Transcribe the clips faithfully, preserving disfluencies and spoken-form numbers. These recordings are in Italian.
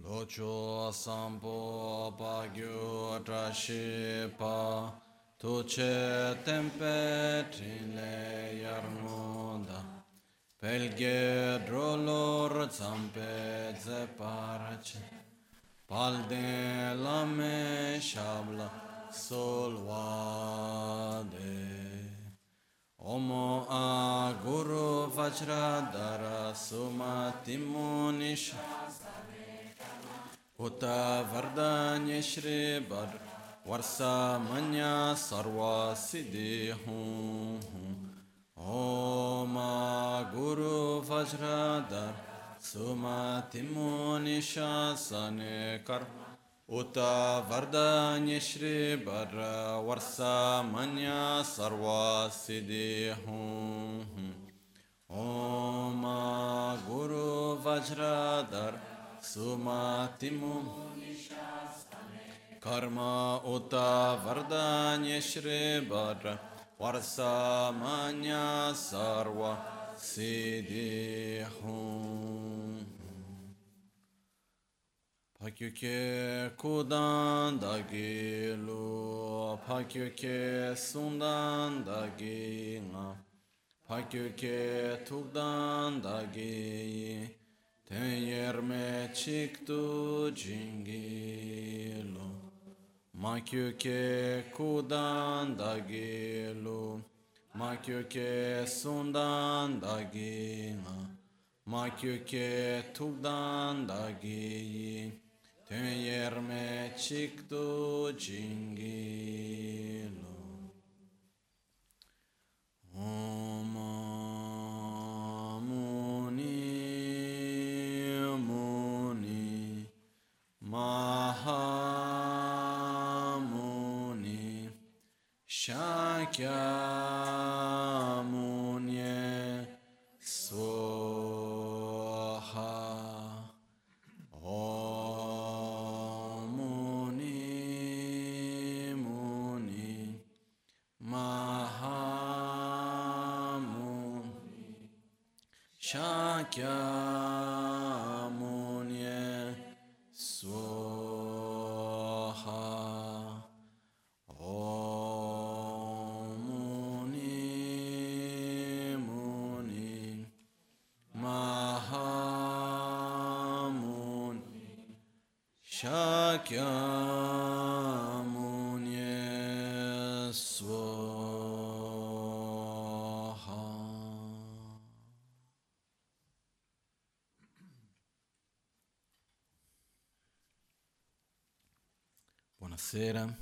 Locho sampo pagyo trashi pa tuche tempe trile yarnoda pelge drolor zampe zeparache palde lame shabla solvade Omo a guru vajradara sumatimunish Uta vardanya shri bar varsa manya sarva siddhi hum Om guru vajradar sumatimuni shasane kar Uta vardanya shri bar varsa manya sarva siddhi hum Om guru vajradar Sumatimu Karma Uta Vardanya Shri Bhadra Varsa Manya Sarva Siddhi Hum Pakyuke Kudan Dagi Lu Pakyuke Sundan Dagi Nga Pakyuke Tukdan Dagi Tenyerme chiktu jingilo Makyuke kudan dagilo Makyuke sundan dagina Makyuke tukdan dagi Tenyerme chiktu jingilo Om Mahamuni Shakyamunye Swaha Om Muni Muni Mahamuni Shakyamunye Swaha Om Muni Muni Mahamuni Shakyamunye Swaha. Buonasera.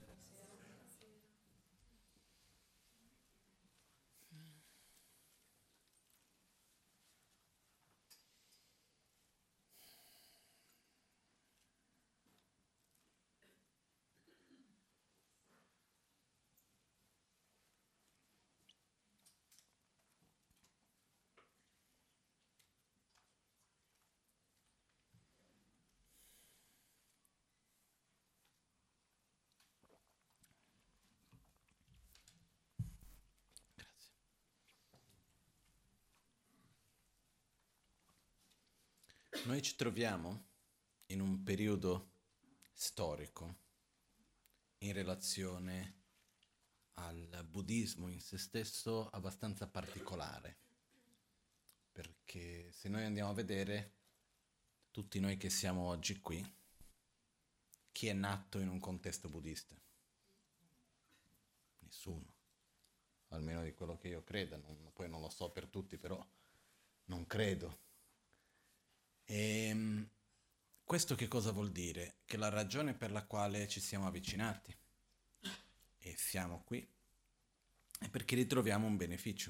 Noi ci troviamo in un periodo storico in relazione al buddismo in se stesso abbastanza particolare, perché se noi andiamo a vedere tutti noi che siamo oggi qui, chi è nato in un contesto buddista? Nessuno, almeno di quello che io credo, non, poi non lo so per tutti, però non credo. E questo che cosa vuol dire? Che la ragione per la quale ci siamo avvicinati e siamo qui è perché ritroviamo un beneficio.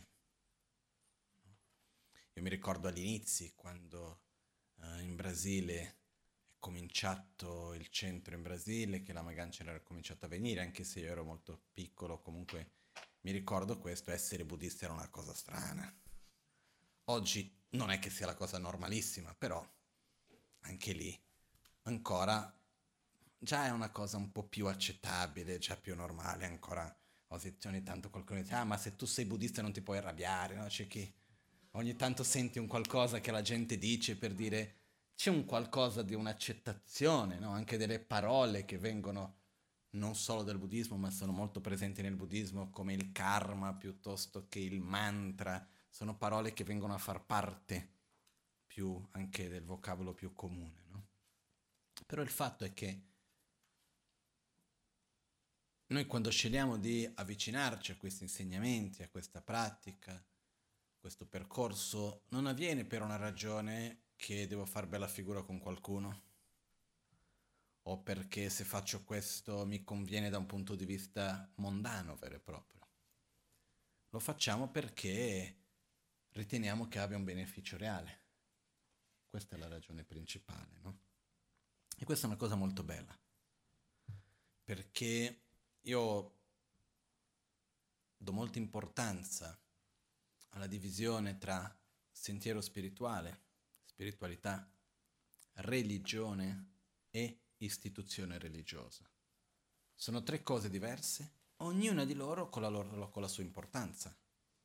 Io mi ricordo agli inizi, quando uh, in Brasile è cominciato il centro in Brasile, che la Magancia era cominciata a venire, anche se io ero molto piccolo, comunque mi ricordo questo, essere buddista era una cosa strana. Oggi non è che sia la cosa normalissima, però anche lì ancora già è una cosa un po' più accettabile, già più normale, ancora ogni tanto qualcuno dice, ah ma se tu sei buddista non ti puoi arrabbiare, no? C'è chi ogni tanto senti un qualcosa che la gente dice per dire c'è un qualcosa di un'accettazione, no? Anche delle parole che vengono non solo dal buddismo, ma sono molto presenti nel buddismo, come il karma piuttosto che il mantra, sono parole che vengono a far parte più anche del vocabolo più comune, no? Però il fatto è che noi quando scegliamo di avvicinarci a questi insegnamenti, a questa pratica, questo percorso, non avviene per una ragione che devo far bella figura con qualcuno o perché se faccio questo mi conviene da un punto di vista mondano vero e proprio. Lo facciamo perché riteniamo che abbia un beneficio reale. Questa è la ragione principale, no? E questa è una cosa molto bella, perché io do molta importanza alla divisione tra sentiero spirituale, spiritualità, religione e istituzione religiosa. Sono tre cose diverse, ognuna di loro con la, loro, con la sua importanza.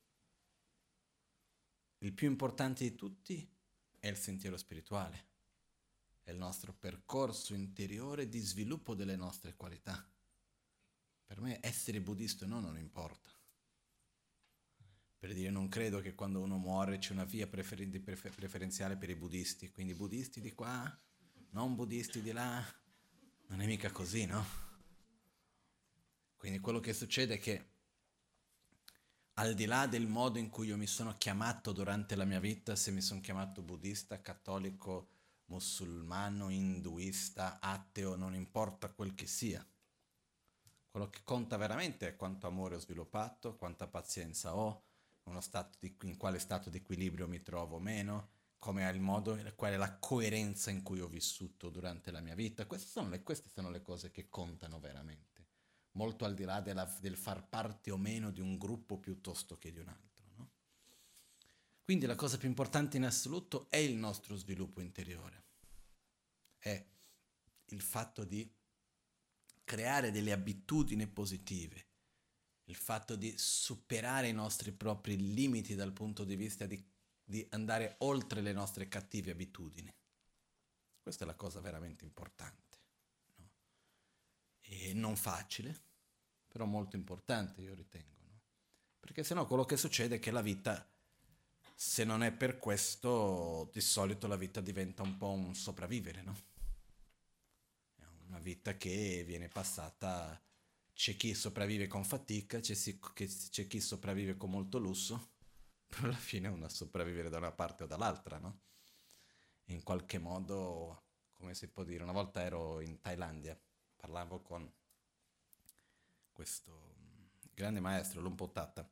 Il più importante di tutti è il sentiero spirituale, è il nostro percorso interiore di sviluppo delle nostre qualità. Per me essere buddista o no non importa. Per dire, non credo che quando uno muore c'è una via preferen- prefer- preferenziale per i buddisti, quindi buddisti di qua, non buddisti di là, non è mica così, no? Quindi quello che succede è che al di là del modo in cui io mi sono chiamato durante la mia vita, se mi sono chiamato buddista, cattolico, musulmano, induista, ateo, non importa quel che sia. Quello che conta veramente è quanto amore ho sviluppato, quanta pazienza ho, uno stato di, in quale stato di equilibrio mi trovo o meno, come è il modo, qual è la coerenza in cui ho vissuto durante la mia vita. Queste sono le, queste sono le cose che contano veramente, molto al di là della, del far parte o meno di un gruppo piuttosto che di un altro, no? Quindi la cosa più importante in assoluto è il nostro sviluppo interiore, è il fatto di creare delle abitudini positive, il fatto di superare i nostri propri limiti dal punto di vista di, di andare oltre le nostre cattive abitudini. Questa è la cosa veramente importante, no? E non facile, però molto importante, io ritengo, no? Perché sennò quello che succede è che la vita, se non è per questo, di solito la vita diventa un po' un sopravvivere, no? È una vita che viene passata. C'è chi sopravvive con fatica, c'è, si, c'è chi sopravvive con molto lusso, però alla fine è una sopravvivere da una parte o dall'altra, no? In qualche modo, come si può dire, una volta ero in Thailandia, parlavo con questo grande maestro, Lumpur Thata,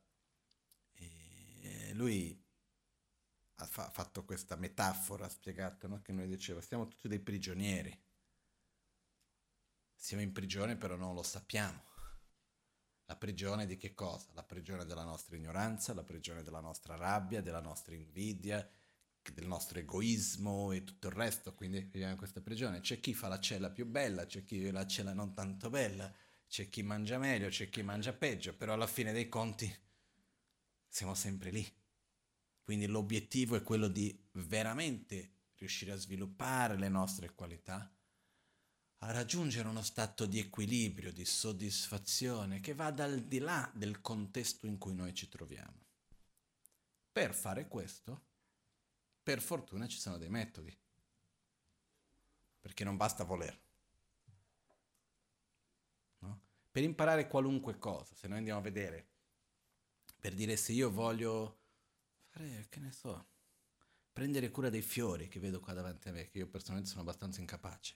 e lui ha fa- fatto questa metafora, ha spiegato, no? Che noi diceva, siamo tutti dei prigionieri, siamo in prigione però non lo sappiamo. La prigione di che cosa? La prigione della nostra ignoranza, la prigione della nostra rabbia, della nostra invidia, del nostro egoismo e tutto il resto, quindi viviamo in questa prigione. C'è chi fa la cella più bella, c'è chi vive la cella non tanto bella, c'è chi mangia meglio, c'è chi mangia peggio, però alla fine dei conti siamo sempre lì. Quindi l'obiettivo è quello di veramente riuscire a sviluppare le nostre qualità, a raggiungere uno stato di equilibrio, di soddisfazione che vada al di là del contesto in cui noi ci troviamo. Per fare questo, per fortuna ci sono dei metodi, perché non basta voler, no? Per imparare qualunque cosa, se noi andiamo a vedere, per dire se io voglio fare, che ne so, prendere cura dei fiori che vedo qua davanti a me, che io personalmente sono abbastanza incapace,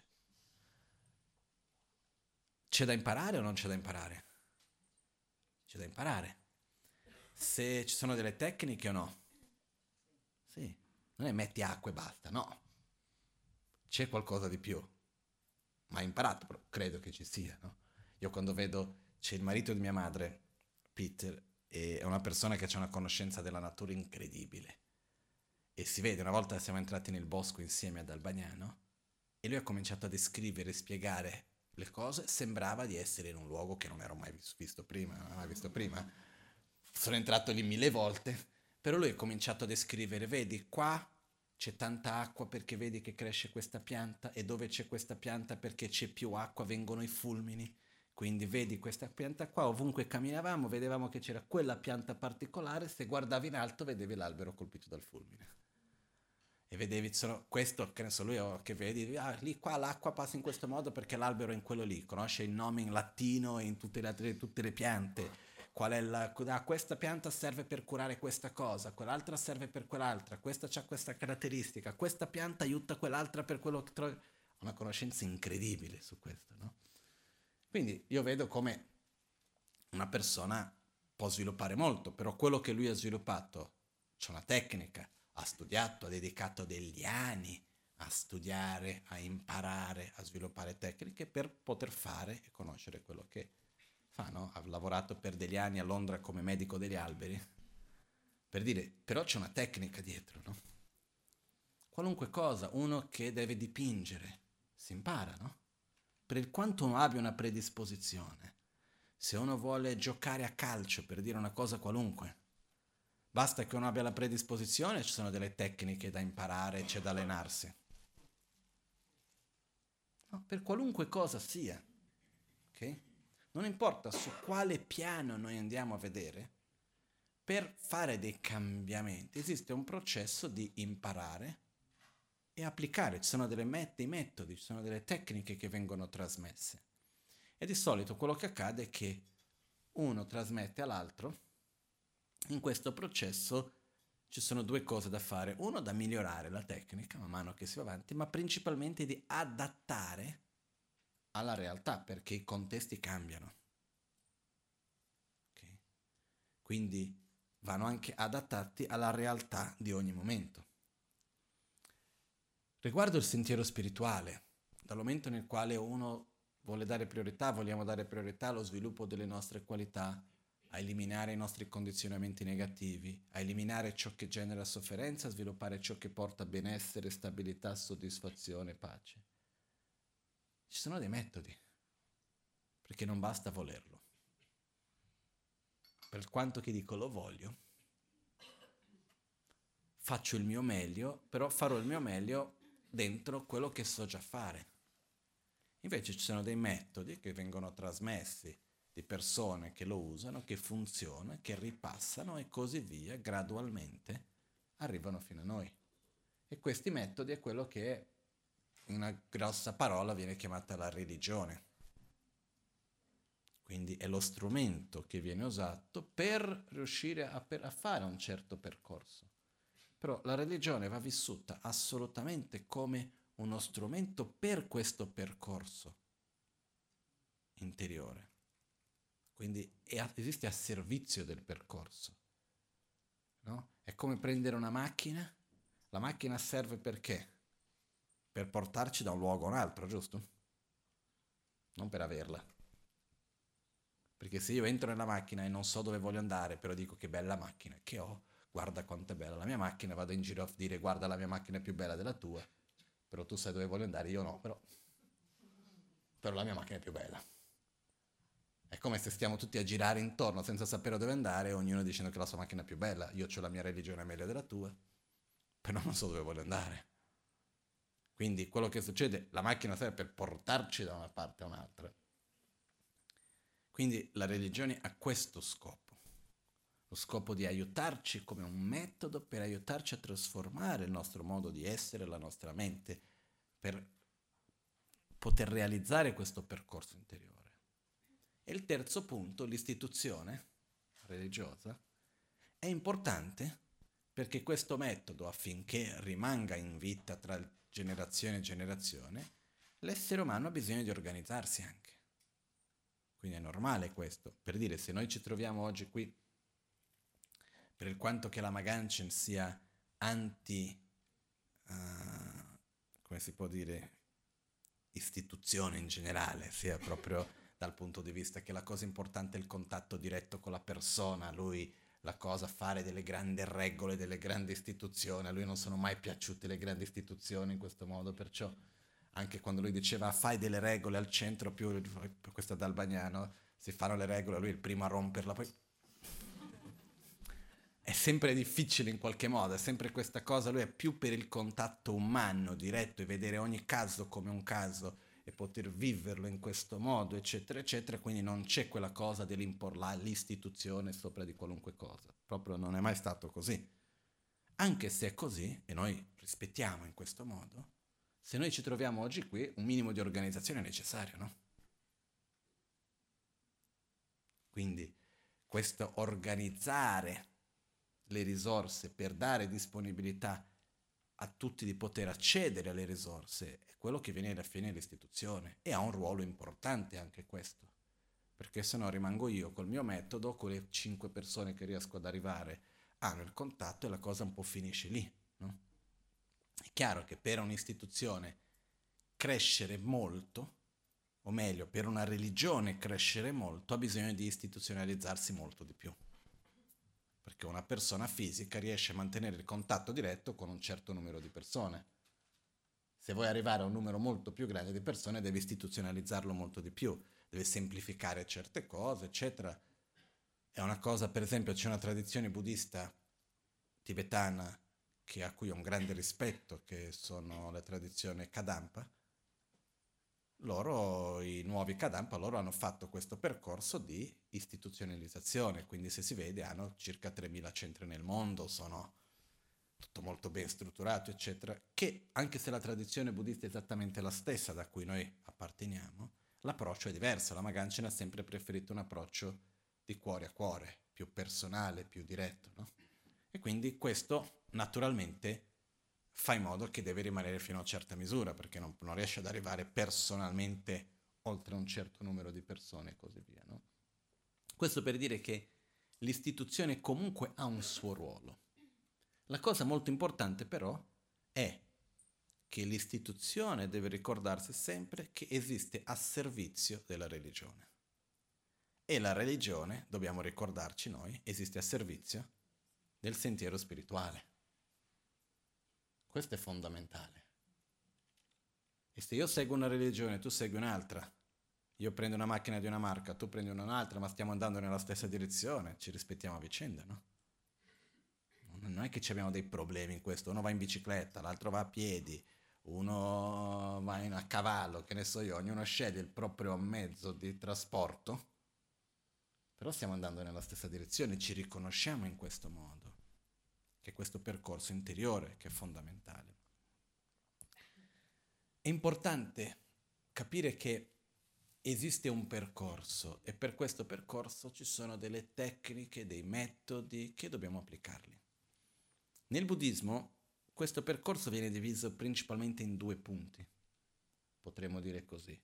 c'è da imparare o non c'è da imparare? C'è da imparare. Se ci sono delle tecniche o no? Sì, non è metti acqua e basta, no. C'è qualcosa di più. Ma hai imparato, però credo che ci sia, no? Io quando vedo, c'è il marito di mia madre, Peter, e è una persona che ha una conoscenza della natura incredibile. E si vede, una volta siamo entrati nel bosco insieme ad Albagnano e lui ha cominciato a descrivere e spiegare le cose, sembrava di essere in un luogo che non ero mai visto prima, non avevo mai visto prima. Sono entrato lì mille volte, però lui ha cominciato a descrivere, vedi, qua c'è tanta acqua perché vedi che cresce questa pianta e dove c'è questa pianta perché c'è più acqua vengono i fulmini. Quindi vedi questa pianta qua, ovunque camminavamo vedevamo che c'era quella pianta particolare, se guardavi in alto vedevi l'albero colpito dal fulmine. E vedevi, sono, questo, che ne so, lui che vedi, ah, lì qua l'acqua passa in questo modo perché l'albero è in quello lì, conosce il nome in latino e in tutte le, altre, tutte le piante. Qual è la, ah, questa pianta serve per curare questa cosa, quell'altra serve per quell'altra, questa ha questa caratteristica, questa pianta aiuta quell'altra per quello che trovi. Una conoscenza incredibile su questo, no? Quindi io vedo come una persona può sviluppare molto, però quello che lui ha sviluppato, c'è una tecnica, ha studiato, ha dedicato degli anni a studiare, a imparare, a sviluppare tecniche per poter fare e conoscere quello che fa, no? Ha lavorato per degli anni a Londra come medico degli alberi, per dire, però c'è una tecnica dietro, no? Qualunque cosa, uno che deve dipingere, si impara, no? Per quanto uno abbia una predisposizione, se uno vuole giocare a calcio, per dire una cosa qualunque, basta che uno abbia la predisposizione, ci sono delle tecniche da imparare, c'è da allenarsi. No, per qualunque cosa sia, ok? Non importa su quale piano noi andiamo a vedere, per fare dei cambiamenti esiste un processo di imparare e applicare. Ci sono delle met- dei metodi, ci sono delle tecniche che vengono trasmesse. E di solito quello che accade è che uno trasmette all'altro. In questo processo ci sono due cose da fare. Uno, da migliorare la tecnica man mano che si va avanti, ma principalmente di adattare alla realtà, perché i contesti cambiano. Okay? Quindi vanno anche adattati alla realtà di ogni momento. Riguardo il sentiero spirituale, dal momento nel quale uno vuole dare priorità, vogliamo dare priorità allo sviluppo delle nostre qualità, a eliminare i nostri condizionamenti negativi, a eliminare ciò che genera sofferenza, a sviluppare ciò che porta benessere, stabilità, soddisfazione, pace. Ci sono dei metodi, perché non basta volerlo. Per quanto che dico lo voglio, faccio il mio meglio, però farò il mio meglio dentro quello che so già fare. Invece ci sono dei metodi che vengono trasmessi di persone che lo usano, che funzionano, che ripassano e così via, gradualmente arrivano fino a noi. E questi metodi è quello che in una grossa parola viene chiamata la religione. Quindi è lo strumento che viene usato per riuscire a, per, a fare un certo percorso. Però la religione va vissuta assolutamente come uno strumento per questo percorso interiore. Quindi è a, esiste a servizio del percorso. No? È come prendere una macchina. La macchina serve perché? Per portarci da un luogo a un altro, giusto? Non per averla. Perché se io entro nella macchina e non so dove voglio andare, però dico che bella macchina che ho, guarda quanto è bella la mia macchina, vado in giro a dire guarda la mia macchina è più bella della tua, però tu sai dove voglio andare, io no, però, però la mia macchina è più bella. È come se stiamo tutti a girare intorno senza sapere dove andare, ognuno dicendo che la sua macchina è più bella, io ho la mia religione meglio della tua, però non so dove voglio andare. Quindi quello che succede, la macchina serve per portarci da una parte a un'altra. Quindi la religione ha questo scopo, lo scopo di aiutarci come un metodo per aiutarci a trasformare il nostro modo di essere, la nostra mente, per poter realizzare questo percorso interiore. E il terzo punto, l'istituzione religiosa, è importante perché questo metodo, affinché rimanga in vita tra generazione e generazione, l'essere umano ha bisogno di organizzarsi anche. Quindi è normale questo. Per dire, se noi ci troviamo oggi qui, per quanto che la Maganchen sia anti, uh, come si può dire, istituzione in generale, sia proprio dal punto di vista che la cosa importante è il contatto diretto con la persona, lui la cosa fare delle grandi regole, delle grandi istituzioni, a lui non sono mai piaciute le grandi istituzioni in questo modo, perciò anche quando lui diceva fai delle regole al centro, più questo ad Albagnano, si fanno le regole, lui è il primo a romperla, poi è sempre difficile in qualche modo, è sempre questa cosa, lui è più per il contatto umano, diretto, e vedere ogni caso come un caso e poter viverlo in questo modo, eccetera, eccetera, quindi non c'è quella cosa dell'imporla l'istituzione sopra di qualunque cosa, proprio non è mai stato così. Anche se è così, e noi rispettiamo in questo modo, se noi ci troviamo oggi qui, un minimo di organizzazione è necessario, no? Quindi questo organizzare le risorse per dare disponibilità a tutti di poter accedere alle risorse è quello che viene alla fine dell'istituzione e ha un ruolo importante anche questo, perché se no rimango io col mio metodo, con le cinque persone che riesco ad arrivare hanno il contatto e la cosa un po' finisce lì, no? È chiaro che per un'istituzione crescere molto, o meglio, per una religione crescere molto, ha bisogno di istituzionalizzarsi molto di più. Perché una persona fisica riesce a mantenere il contatto diretto con un certo numero di persone. Se vuoi arrivare a un numero molto più grande di persone, devi istituzionalizzarlo molto di più, devi semplificare certe cose, eccetera. È una cosa, per esempio, c'è una tradizione buddista tibetana che, a cui ho un grande rispetto, che sono le tradizioni Kadampa. Loro, i nuovi Kadampa, loro hanno fatto questo percorso di istituzionalizzazione, quindi se si vede hanno circa tremila centri nel mondo, sono tutto molto ben strutturato, eccetera, che anche se la tradizione buddista è esattamente la stessa da cui noi apparteniamo, l'approccio è diverso, la Magancia ha sempre preferito un approccio di cuore a cuore, più personale, più diretto, no? E quindi questo naturalmente fa in modo che deve rimanere fino a una certa misura, perché non, non riesce ad arrivare personalmente oltre un certo numero di persone e così via, no? Questo per dire che l'istituzione comunque ha un suo ruolo. La cosa molto importante però è che l'istituzione deve ricordarsi sempre che esiste a servizio della religione. E la religione, dobbiamo ricordarci noi, esiste a servizio del sentiero spirituale. Questo è fondamentale. E se io seguo una religione, tu segui un'altra, io prendo una macchina di una marca, tu prendi un'altra, ma stiamo andando nella stessa direzione, ci rispettiamo a vicenda, no? Non è che abbiamo dei problemi in questo, uno va in bicicletta, l'altro va a piedi, uno va in a cavallo, che ne so io, ognuno sceglie il proprio mezzo di trasporto, però stiamo andando nella stessa direzione, ci riconosciamo in questo modo, che è questo percorso interiore che è fondamentale. È importante capire che esiste un percorso e per questo percorso ci sono delle tecniche, dei metodi che dobbiamo applicarli. Nel buddismo questo percorso viene diviso principalmente in due punti, potremmo dire così.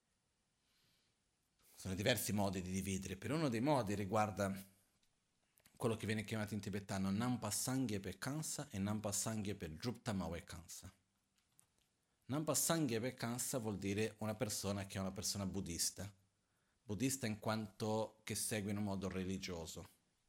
Sono diversi modi di dividere, per uno dei modi riguarda quello che viene chiamato in tibetano Nampa Sangye Pe Kansa e Nampa Sangye Pe Drupta Mawe Kansa. Nampa Sangye Pe Kansa vuol dire una persona che è una persona buddista, buddista in quanto che segue in un modo religioso.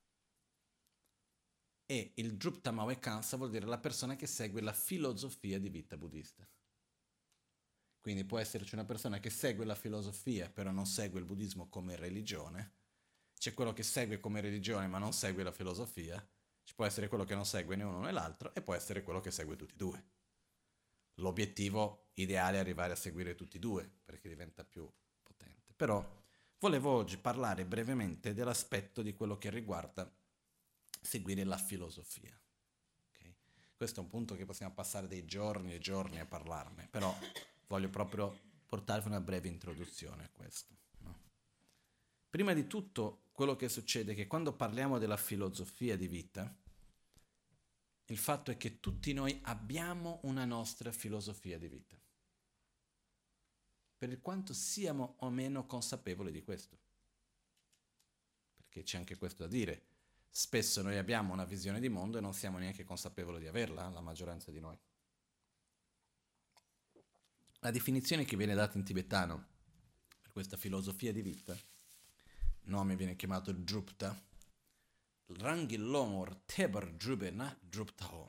E il Drupta Mawe Kansa vuol dire la persona che segue la filosofia di vita buddista. Quindi può esserci una persona che segue la filosofia, però non segue il buddismo come religione. C'è quello che segue come religione, ma non segue la filosofia. Ci può essere quello che non segue né uno né l'altro, e può essere quello che segue tutti e due. L'obiettivo ideale è arrivare a seguire tutti e due, perché diventa più potente. Però volevo oggi parlare brevemente dell'aspetto di quello che riguarda seguire la filosofia. Okay? Questo è un punto che possiamo passare dei giorni e giorni a parlarne, però voglio proprio portarvi una breve introduzione a questo. No? Prima di tutto, quello che succede è che quando parliamo della filosofia di vita, il fatto è che tutti noi abbiamo una nostra filosofia di vita, per quanto siamo o meno consapevoli di questo. Perché c'è anche questo da dire. Spesso noi abbiamo una visione di mondo e non siamo neanche consapevoli di averla, la maggioranza di noi. La definizione che viene data in tibetano per questa filosofia di vita, il nome viene chiamato Drupta, Rangi Lomor Tebar Drubena Druptao.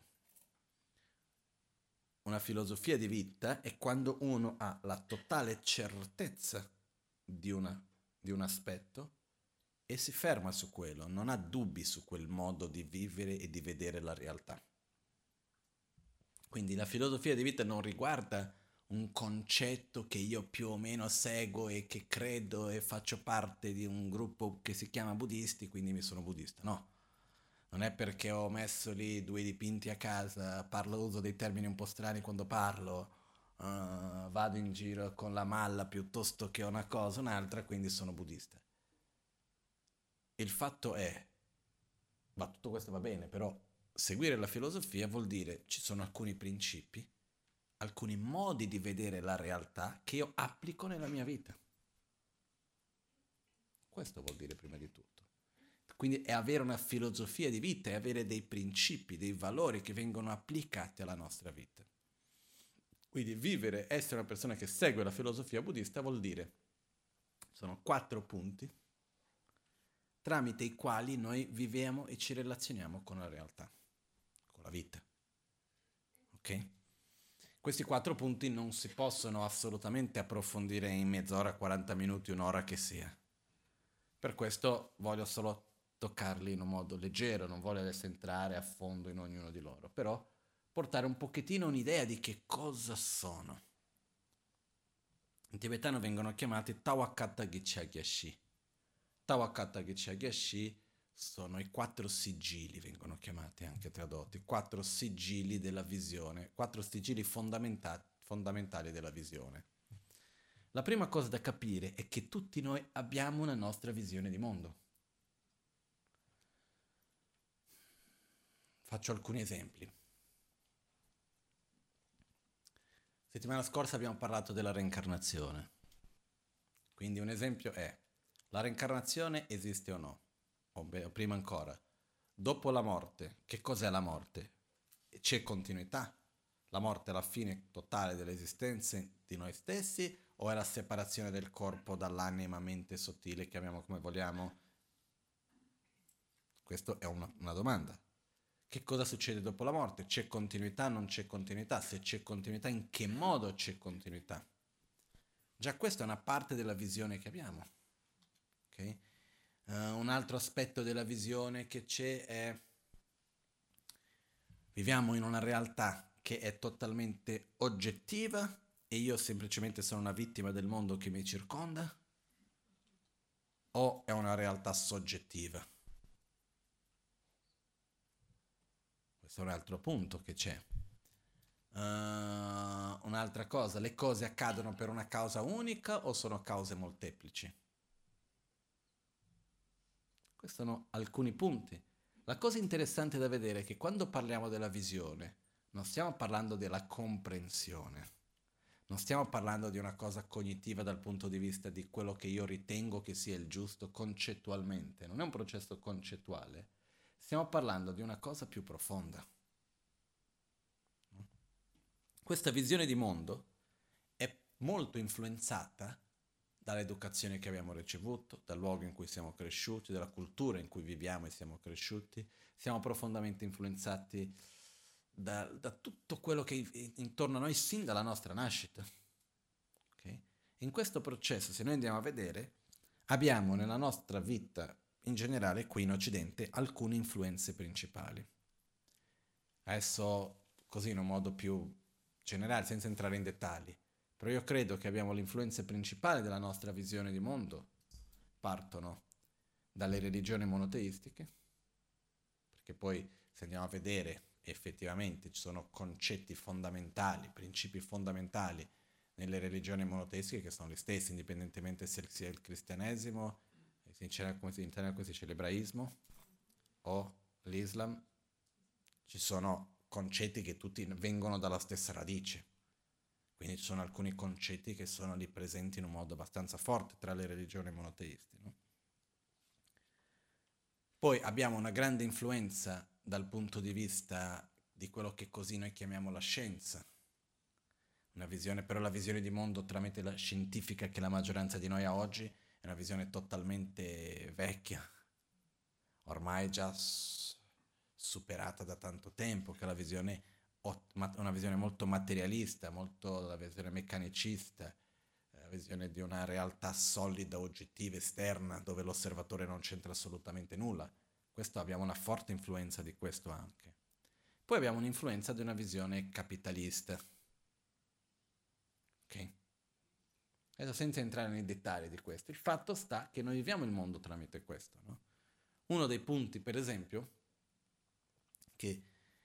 Una filosofia di vita è quando uno ha la totale certezza di, una, di un aspetto e si ferma su quello, non ha dubbi su quel modo di vivere e di vedere la realtà. Quindi la filosofia di vita non riguarda un concetto che io più o meno seguo e che credo e faccio parte di un gruppo che si chiama buddisti, quindi mi sono buddista. No, non è perché ho messo lì due dipinti a casa, parlo, uso dei termini un po' strani quando parlo, uh, vado in giro con la malla piuttosto che una cosa o un'altra, quindi sono buddista. Il fatto è, ma tutto questo va bene, però seguire la filosofia vuol dire ci sono alcuni principi, alcuni modi di vedere la realtà che io applico nella mia vita. Questo vuol dire prima di tutto. Quindi è avere una filosofia di vita, è avere dei principi, dei valori che vengono applicati alla nostra vita. Quindi vivere, essere una persona che segue la filosofia buddista vuol dire, sono quattro punti tramite i quali noi viviamo e ci relazioniamo con la realtà, con la vita. Ok? Questi quattro punti non si possono assolutamente approfondire in mezz'ora, quaranta minuti, un'ora che sia. Per questo voglio solo toccarli in un modo leggero, non voglio adesso entrare a fondo in ognuno di loro, però portare un pochettino un'idea di che cosa sono. In tibetano vengono chiamati Tawakkata Gicchagyashi. Tawakkata Gicchagyashi sono i quattro sigilli, vengono chiamati anche tradotti, quattro sigilli della visione, quattro sigilli fondamenta- fondamentali della visione. La prima cosa da capire è che tutti noi abbiamo una nostra visione di mondo. Faccio alcuni esempi. Settimana scorsa abbiamo parlato della reincarnazione. Quindi un esempio è, la reincarnazione esiste o no? O beh, prima ancora, dopo la morte, che cos'è la morte? C'è continuità? La morte è la fine totale dell'esistenza di noi stessi o è la separazione del corpo dall'anima, mente sottile, chiamiamo come vogliamo? Questa è una, una domanda. Che cosa succede dopo la morte? C'è continuità, non c'è continuità? Se c'è continuità, in che modo c'è continuità? Già questa è una parte della visione che abbiamo. Okay? Uh, un altro aspetto della visione che c'è è viviamo in una realtà che è totalmente oggettiva e io semplicemente sono una vittima del mondo che mi circonda o è una realtà soggettiva? Questo è un altro punto che c'è. Uh, un'altra cosa, le cose accadono per una causa unica o sono cause molteplici? Questi sono alcuni punti. La cosa interessante da vedere è che quando parliamo della visione non stiamo parlando della comprensione, non stiamo parlando di una cosa cognitiva dal punto di vista di quello che io ritengo che sia il giusto concettualmente, non è un processo concettuale, stiamo parlando di una cosa più profonda. Questa visione di mondo è molto influenzata dall'educazione che abbiamo ricevuto, dal luogo in cui siamo cresciuti, dalla cultura in cui viviamo e siamo cresciuti. Siamo profondamente influenzati da, da tutto quello che è intorno a noi sin dalla nostra nascita. Okay? In questo processo, se noi andiamo a vedere, abbiamo nella nostra vita, in generale qui in Occidente, alcune influenze principali. Adesso, così in un modo più generale, senza entrare in dettagli, però io credo che abbiamo l'influenza principale della nostra visione di mondo, partono dalle religioni monoteistiche, perché poi se andiamo a vedere effettivamente ci sono concetti fondamentali, principi fondamentali nelle religioni monoteistiche che sono gli stessi, indipendentemente se sia il cristianesimo, in italiano si dice l'ebraismo o l'Islam, ci sono concetti che tutti vengono dalla stessa radice. Quindi ci sono alcuni concetti che sono lì presenti in un modo abbastanza forte tra le religioni monoteiste. No? Poi abbiamo una grande influenza dal punto di vista di quello che così noi chiamiamo la scienza. Una visione, però la visione di mondo tramite la scientifica che la maggioranza di noi ha oggi è una visione totalmente vecchia, ormai già superata da tanto tempo, che è la visione una visione molto materialista, molto la visione meccanicista, visione di una realtà solida, oggettiva, esterna, dove l'osservatore non c'entra assolutamente nulla. Questo, abbiamo una forte influenza di questo anche. Poi abbiamo un'influenza di una visione capitalista. Ok? Adesso, senza entrare nei dettagli di questo, il fatto sta che noi viviamo il mondo tramite questo, no? Uno dei punti, per esempio, che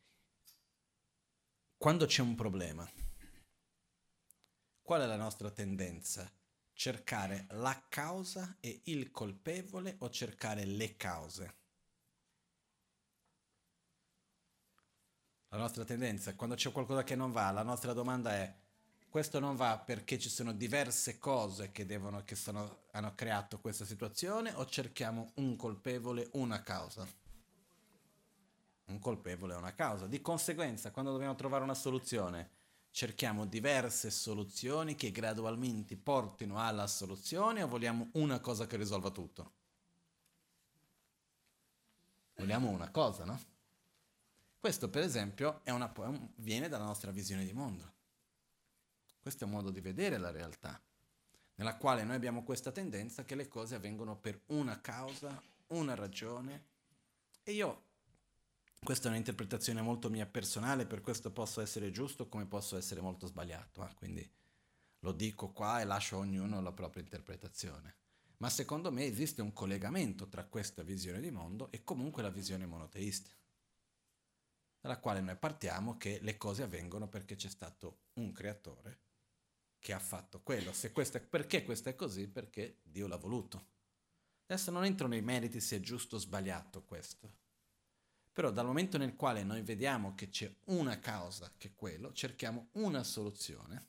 quando c'è un problema, qual è la nostra tendenza? Cercare la causa e il colpevole o cercare le cause? La nostra tendenza, quando c'è qualcosa che non va, la nostra domanda è: questo non va perché ci sono diverse cose che, devono, che sono, hanno creato questa situazione, o cerchiamo un colpevole, una causa? Un colpevole e una causa. Di conseguenza, quando dobbiamo trovare una soluzione, cerchiamo diverse soluzioni che gradualmente portino alla soluzione, o vogliamo una cosa che risolva tutto? Vogliamo una cosa, no? Questo, per esempio, è una, viene dalla nostra visione di mondo. Questo è un modo di vedere la realtà, nella quale noi abbiamo questa tendenza che le cose avvengono per una causa, una ragione, e io, questa è un'interpretazione molto mia personale, per questo posso essere giusto come posso essere molto sbagliato, eh? Quindi lo dico qua e lascio a ognuno la propria interpretazione. Ma secondo me esiste un collegamento tra questa visione di mondo e comunque la visione monoteista, dalla quale noi partiamo che le cose avvengono perché c'è stato un creatore che ha fatto quello. Se questo è, perché questo è così? Perché Dio l'ha voluto. Adesso non entro nei meriti se è giusto o sbagliato questo, però dal momento nel quale noi vediamo che c'è una causa che è quello, cerchiamo una soluzione.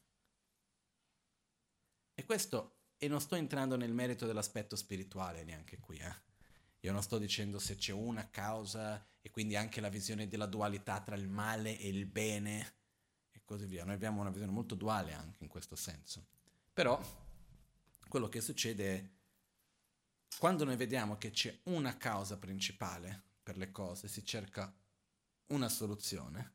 E questo, e non sto entrando nel merito dell'aspetto spirituale neanche qui, eh. Io non sto dicendo se c'è una causa e quindi anche la visione della dualità tra il male e il bene e così via. Noi abbiamo una visione molto duale anche in questo senso. Però quello che succede è, quando noi vediamo che c'è una causa principale per le cose, si cerca una soluzione,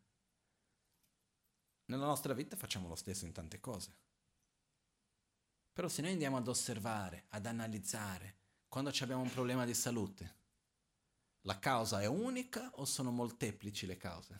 nella nostra vita facciamo lo stesso in tante cose. Però se noi andiamo ad osservare, ad analizzare, quando abbiamo un problema di salute, la causa è unica o sono molteplici le cause?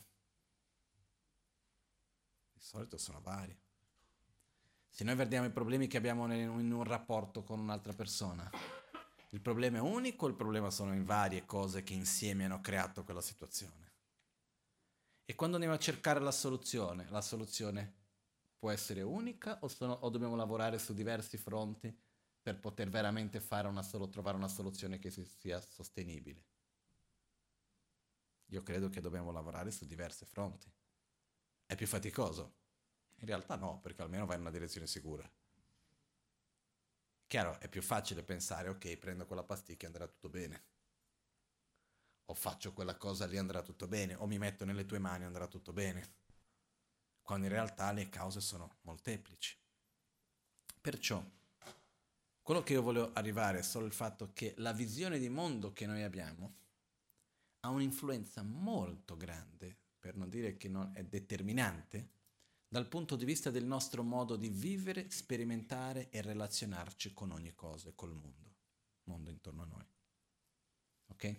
Di solito sono varie. Se noi vediamo i problemi che abbiamo in un rapporto con un'altra persona, il problema è unico o il problema sono in varie cose che insieme hanno creato quella situazione? E quando andiamo a cercare la soluzione, la soluzione può essere unica o, sono, o dobbiamo lavorare su diversi fronti per poter veramente fare una solo, trovare una soluzione che sia sostenibile? Io credo che dobbiamo lavorare su diversi fronti. È più faticoso? In realtà no, perché almeno vai in una direzione sicura. Chiaro, è più facile pensare: ok, prendo quella pasticca e andrà tutto bene. O faccio quella cosa lì, andrà tutto bene. O mi metto nelle tue mani, andrà tutto bene. Quando in realtà le cause sono molteplici. Perciò, quello che io volevo arrivare è solo il fatto che la visione di mondo che noi abbiamo ha un'influenza molto grande, per non dire che non è determinante, dal punto di vista del nostro modo di vivere, sperimentare e relazionarci con ogni cosa e col mondo, mondo intorno a noi. Ok?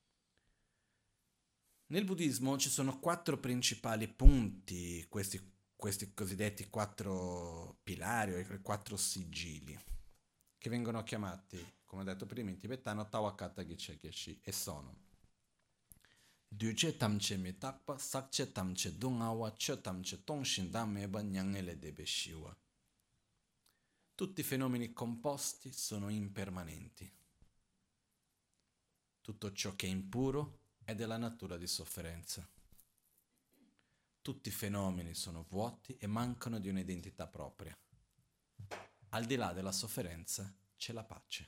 Nel buddismo ci sono quattro principali punti, questi, questi cosiddetti quattro pilari o quattro sigilli, che vengono chiamati, come ho detto prima in tibetano, Tawakata Gyatso Geshe, e sono Duje tamche mitakpa, sakche tamche dungawa, che tamche tongshin dammeba nyangele debe shiwa. Tutti i fenomeni composti sono impermanenti. Tutto ciò che è impuro è della natura di sofferenza. Tutti i fenomeni sono vuoti e mancano di un'identità propria. Al di là della sofferenza c'è la pace.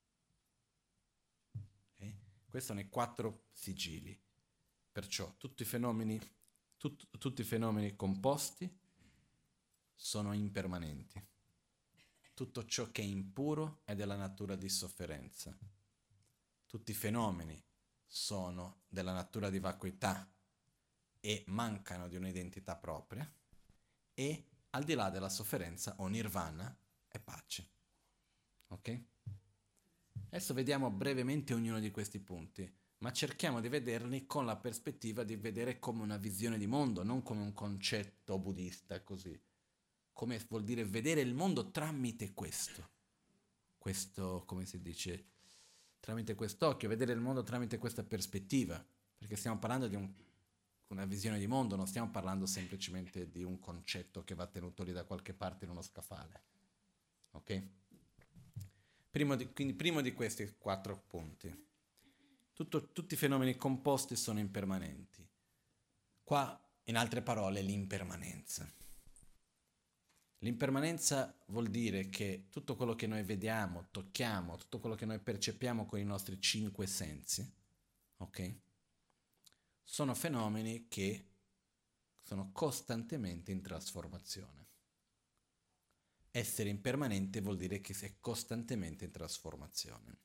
Okay? Questi sono i quattro sigilli. Perciò tutti i fenomeni, tut, tutti i fenomeni composti sono impermanenti. Tutto ciò che è impuro è della natura di sofferenza. Tutti i fenomeni sono della natura di vacuità e mancano di un'identità propria, e al di là della sofferenza o nirvana e pace. Ok? Adesso vediamo brevemente ognuno di questi punti, ma cerchiamo di vederli con la prospettiva di vedere come una visione di mondo, non come un concetto buddista, così. Come vuol dire vedere il mondo tramite questo. Questo, come si dice, tramite quest'occhio, vedere il mondo tramite questa prospettiva, perché stiamo parlando di un, una visione di mondo, non stiamo parlando semplicemente di un concetto che va tenuto lì da qualche parte in uno scaffale. Ok? Primo di, quindi primo di questi quattro punti. Tutto, tutti i fenomeni composti sono impermanenti. Qua, in altre parole, l'impermanenza. L'impermanenza vuol dire che tutto quello che noi vediamo, tocchiamo, tutto quello che noi percepiamo con i nostri cinque sensi, ok? Sono fenomeni che sono costantemente in trasformazione. Essere impermanente vuol dire che si è costantemente in trasformazione.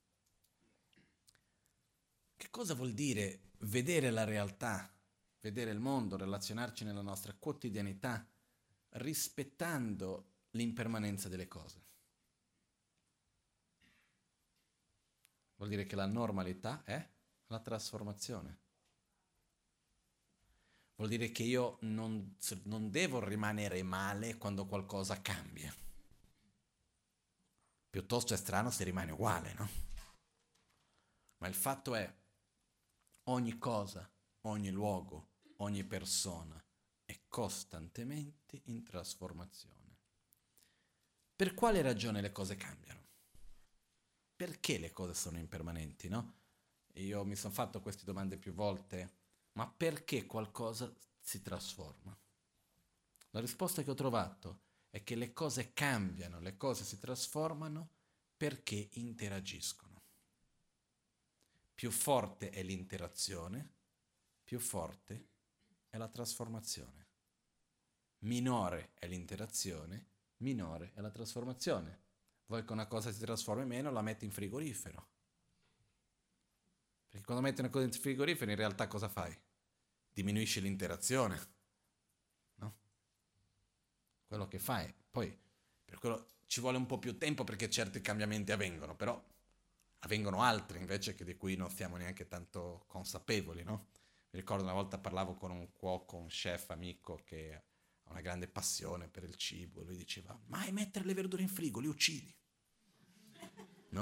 Che cosa vuol dire vedere la realtà, vedere il mondo, relazionarci nella nostra quotidianità, rispettando l'impermanenza delle cose? Vuol dire che la normalità è la trasformazione. Vuol dire che io non, non devo rimanere male quando qualcosa cambia. Piuttosto è strano se rimane uguale, no? Ma il fatto è, ogni cosa, ogni luogo, ogni persona è costantemente in trasformazione. Per quale ragione le cose cambiano? Perché le cose sono impermanenti, no? Io mi sono fatto queste domande più volte, ma perché qualcosa si trasforma? La risposta che ho trovato è che le cose cambiano, le cose si trasformano perché interagiscono. Più forte è l'interazione, più forte è la trasformazione. Minore è l'interazione, minore è la trasformazione. Vuoi che una cosa si trasformi meno, la metti in frigorifero. Perché quando metti una cosa in frigorifero in realtà cosa fai? Diminuisci l'interazione, no? Quello che fai. Poi per quello ci vuole un po' più tempo perché certi cambiamenti avvengono, però avvengono altri invece che di cui non siamo neanche tanto consapevoli, no? Mi ricordo una volta parlavo con un cuoco, un chef amico che ha una grande passione per il cibo, lui diceva: mai mettere le verdure in frigo, li uccidi, no?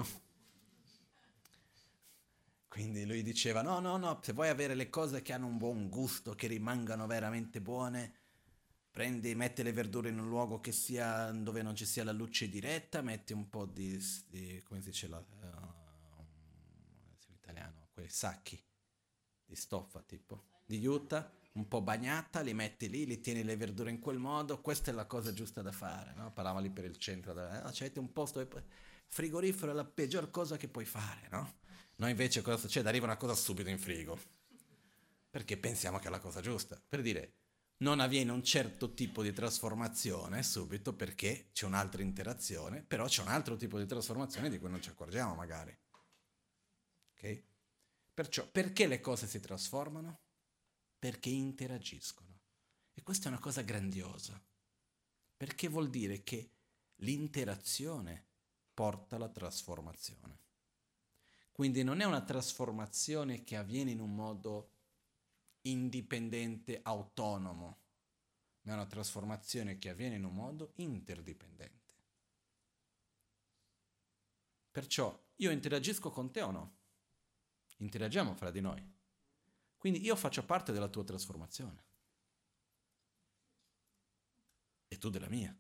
Quindi lui diceva: no, no, no, se vuoi avere le cose che hanno un buon gusto, che rimangano veramente buone, prendi, metti le verdure in un luogo che sia dove non ci sia la luce diretta, metti un po' di, di come si dice la, uh, in italiano, quei sacchi di stoffa tipo, di juta, un po' bagnata, li metti lì, li tieni le verdure in quel modo, questa è la cosa giusta da fare, no? Parlavamo lì per il centro, da, eh, c'è un posto, frigorifero è la peggior cosa che puoi fare, no? Noi invece cosa succede? Arriva una cosa subito in frigo, perché pensiamo che è la cosa giusta, per dire non avviene un certo tipo di trasformazione subito perché c'è un'altra interazione, però c'è un altro tipo di trasformazione di cui non ci accorgiamo magari. Ok? Perciò, perché le cose si trasformano? Perché interagiscono. E questa è una cosa grandiosa, perché vuol dire che l'interazione porta alla trasformazione. Quindi non è una trasformazione che avviene in un modo indipendente, autonomo, ma è una trasformazione che avviene in un modo interdipendente. Perciò io interagisco con te o no? Interagiamo fra di noi. Quindi io faccio parte della tua trasformazione. E tu della mia.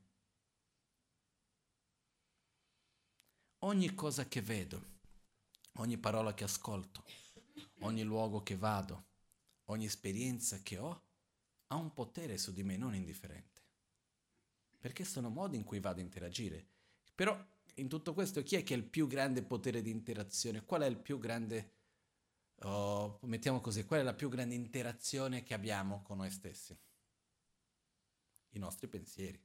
Ogni cosa che vedo, ogni parola che ascolto, ogni luogo che vado, ogni esperienza che ho, ha un potere su di me non indifferente. Perché sono modi in cui vado a interagire. Però in tutto questo chi è che ha il più grande potere di interazione? Qual è il più grande, oh, mettiamo così, qual è la più grande interazione che abbiamo con noi stessi? I nostri pensieri.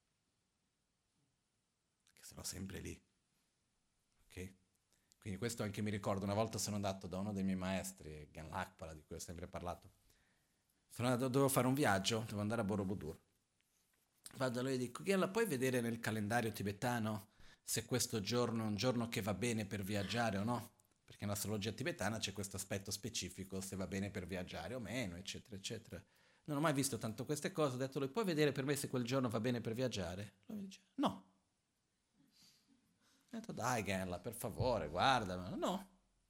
Che sono sempre lì. Ok? Quindi questo anche mi ricordo, una volta sono andato da uno dei miei maestri, Gen Lakpala, di cui ho sempre parlato. Sono andato, dovevo fare un viaggio, dovevo andare a Borobudur. Vado da lui e dico: Gen, la puoi vedere nel calendario tibetano se questo giorno è un giorno che va bene per viaggiare o no, perché nell'astrologia tibetana c'è questo aspetto specifico, se va bene per viaggiare o meno, eccetera, eccetera. Non ho mai visto tanto queste cose, ho detto, lui puoi vedere per me se quel giorno va bene per viaggiare? Lui mi dice, no. Ho detto, dai Gella, per favore, guarda, no.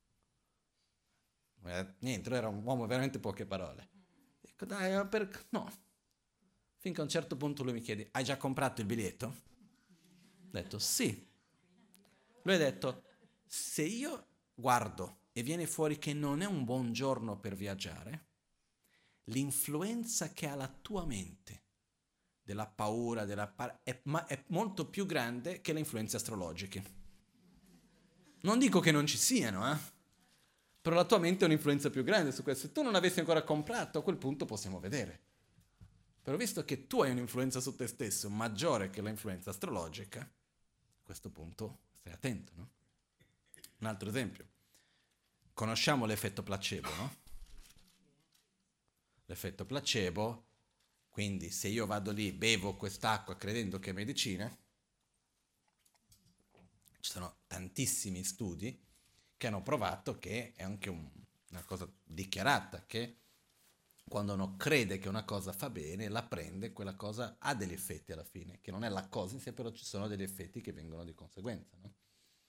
Eh, niente, lui era un uomo veramente poche parole. Dico, dai, per... no. Finché a un certo punto lui mi chiede, hai già comprato il biglietto? Ho detto, sì. Lui ha detto, se io guardo e viene fuori che non è un buon giorno per viaggiare, l'influenza che ha la tua mente della paura, della par- è, ma è molto più grande che le influenze astrologiche. Non dico che non ci siano, eh? Però la tua mente ha un'influenza più grande su questo. Se tu non avessi ancora comprato, a quel punto possiamo vedere. Però visto che tu hai un'influenza su te stesso maggiore che l'influenza astrologica, a questo punto stai attento, no? Un altro esempio. Conosciamo l'effetto placebo, no? L'effetto placebo, quindi se io vado lì, bevo quest'acqua credendo che è medicina, ci sono tantissimi studi che hanno provato che è anche un- una cosa dichiarata, che quando uno crede che una cosa fa bene, la prende, quella cosa ha degli effetti alla fine, che non è la cosa in sé, però ci sono degli effetti che vengono di conseguenza, no?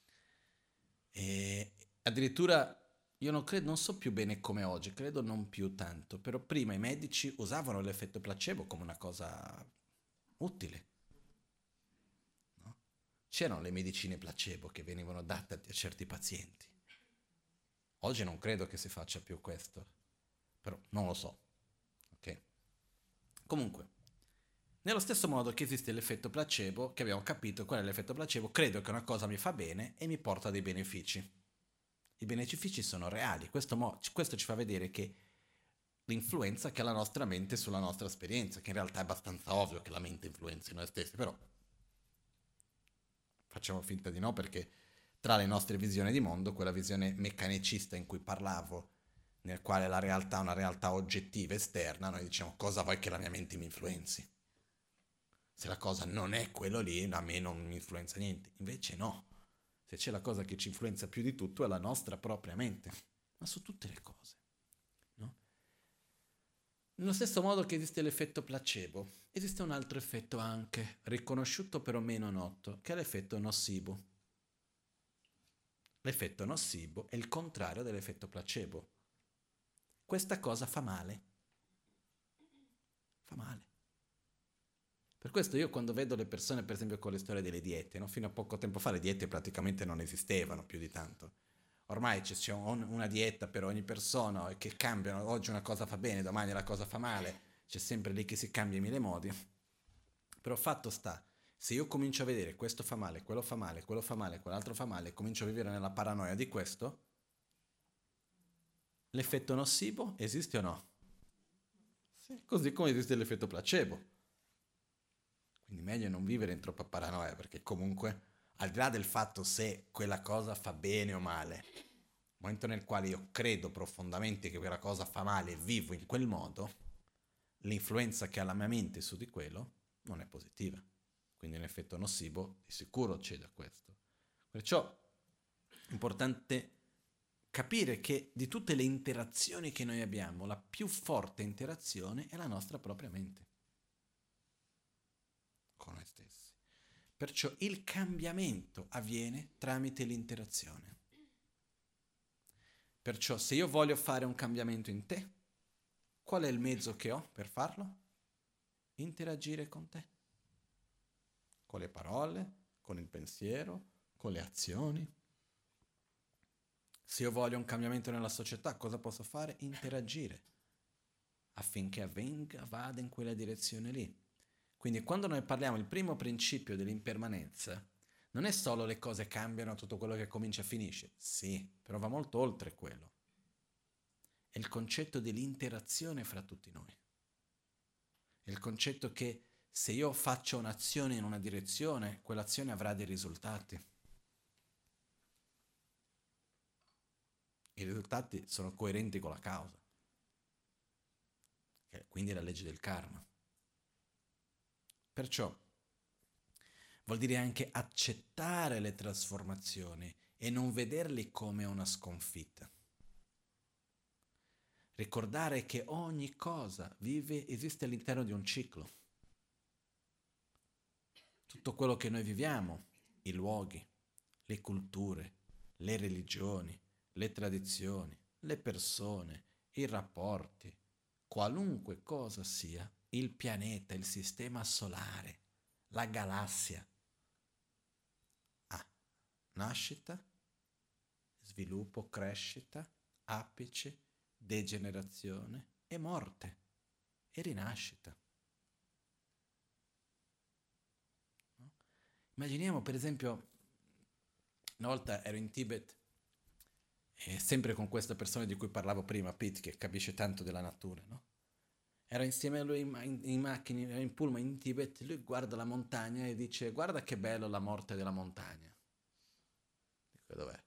E addirittura io non credo, non so più bene come oggi, credo non più tanto, però prima i medici usavano l'effetto placebo come una cosa utile, no? C'erano le medicine placebo che venivano date a certi pazienti. Oggi non credo che si faccia più questo, però non lo so, ok? Comunque, nello stesso modo che esiste l'effetto placebo, che abbiamo capito qual è l'effetto placebo, credo che una cosa mi fa bene e mi porta dei benefici. I benefici sono reali, questo, mo- questo ci fa vedere che l'influenza che ha la nostra mente sulla nostra esperienza, che in realtà è abbastanza ovvio che la mente influenzi noi stessi, però facciamo finta di no perché tra le nostre visioni di mondo, quella visione meccanicista in cui parlavo, nel quale la realtà è una realtà oggettiva esterna, noi diciamo cosa vuoi che la mia mente mi influenzi? Se la cosa non è quello lì, a me non mi influenza niente. Invece no. Se c'è la cosa che ci influenza più di tutto è la nostra propria mente. Ma su tutte le cose. No? Nello stesso modo che esiste l'effetto placebo, esiste un altro effetto anche, riconosciuto però meno noto, che è l'effetto nocebo. L'effetto nocebo è il contrario dell'effetto placebo. Questa cosa fa male. Fa male. Per questo io quando vedo le persone, per esempio con le storie delle diete, no? Fino a poco tempo fa le diete praticamente non esistevano più di tanto. Ormai c'è una dieta per ogni persona che cambiano, oggi una cosa fa bene, domani la cosa fa male, c'è sempre lì che si cambia in mille modi. Però fatto sta, se io comincio a vedere questo fa male, quello fa male, quello fa male, quell'altro fa male, comincio a vivere nella paranoia di questo, l'effetto nocebo esiste o no? Sì. Così come esiste l'effetto placebo. Quindi meglio non vivere in troppa paranoia, perché comunque, al di là del fatto se quella cosa fa bene o male, nel momento nel quale io credo profondamente che quella cosa fa male e vivo in quel modo, l'influenza che ha la mia mente su di quello non è positiva. Quindi l'effetto nocivo di sicuro c'è da questo. Perciò è importante capire che di tutte le interazioni che noi abbiamo, la più forte interazione è la nostra propria mente con noi stessi. Perciò il cambiamento avviene tramite l'interazione. Perciò se io voglio fare un cambiamento in te, qual è il mezzo che ho per farlo? Interagire con te. Con le parole, con il pensiero, con le azioni. Se io voglio un cambiamento nella società, cosa posso fare? Interagire affinché avvenga, vada in quella direzione lì. Quindi quando noi parliamo del primo principio dell'impermanenza, non è solo le cose cambiano, tutto quello che comincia finisce. Sì, però va molto oltre quello. È il concetto dell'interazione fra tutti noi. È il concetto che se io faccio un'azione in una direzione, quell'azione avrà dei risultati. I risultati sono coerenti con la causa. Quindi è la legge del karma. Perciò vuol dire anche accettare le trasformazioni e non vederli come una sconfitta. Ricordare che ogni cosa vive, esiste all'interno di un ciclo. Tutto quello che noi viviamo, i luoghi, le culture, le religioni, le tradizioni, le persone, i rapporti, qualunque cosa sia, il pianeta, il sistema solare, la galassia, ha nascita, sviluppo, crescita, apice, degenerazione e morte e rinascita. No? Immaginiamo per esempio, una volta ero in Tibet e sempre con questa persona di cui parlavo prima, Pete, che capisce tanto della natura, no? Ero insieme a lui in, in, in macchina, in pullman in Tibet, lui guarda la montagna e dice: guarda che bello la morte della montagna. Dico: dov'è?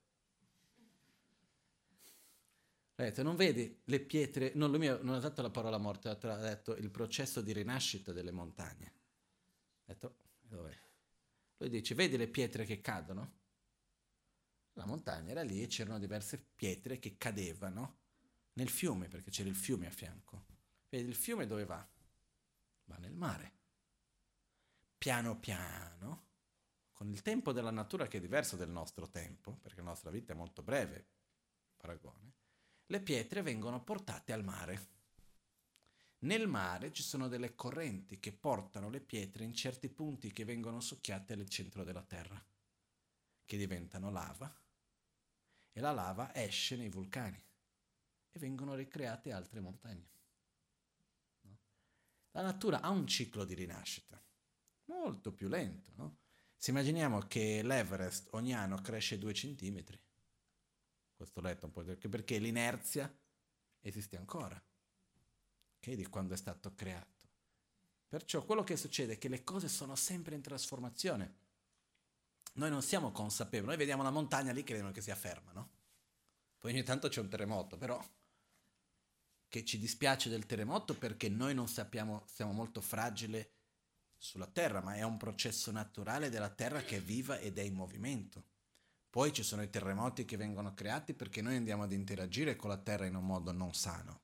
Ha detto: non vedi le pietre, non, lui non ha usato la parola morte, ha detto il processo di rinascita delle montagne. Ha detto: dov'è? Lui dice: vedi le pietre che cadono? La montagna era lì e c'erano diverse pietre che cadevano nel fiume, perché c'era il fiume a fianco. Vedi, il fiume dove va? Va nel mare. Piano piano, con il tempo della natura che è diverso del nostro tempo, perché la nostra vita è molto breve, paragone, le pietre vengono portate al mare. Nel mare ci sono delle correnti che portano le pietre in certi punti che vengono succhiate al centro della terra, che diventano lava, e la lava esce nei vulcani e vengono ricreate altre montagne. No? La natura ha un ciclo di rinascita molto più lento, no? Se immaginiamo che l'Everest ogni anno cresce due centimetri, questo letto un po' perché l'inerzia esiste ancora, okay, di quando è stato creato. Perciò quello che succede è che le cose sono sempre in trasformazione. Noi non siamo consapevoli, noi vediamo la montagna lì, crediamo che sia ferma, no? Poi ogni tanto c'è un terremoto, però che ci dispiace del terremoto perché noi non sappiamo, siamo molto fragili sulla terra, ma è un processo naturale della terra che è viva ed è in movimento. Poi ci sono i terremoti che vengono creati perché noi andiamo ad interagire con la terra in un modo non sano.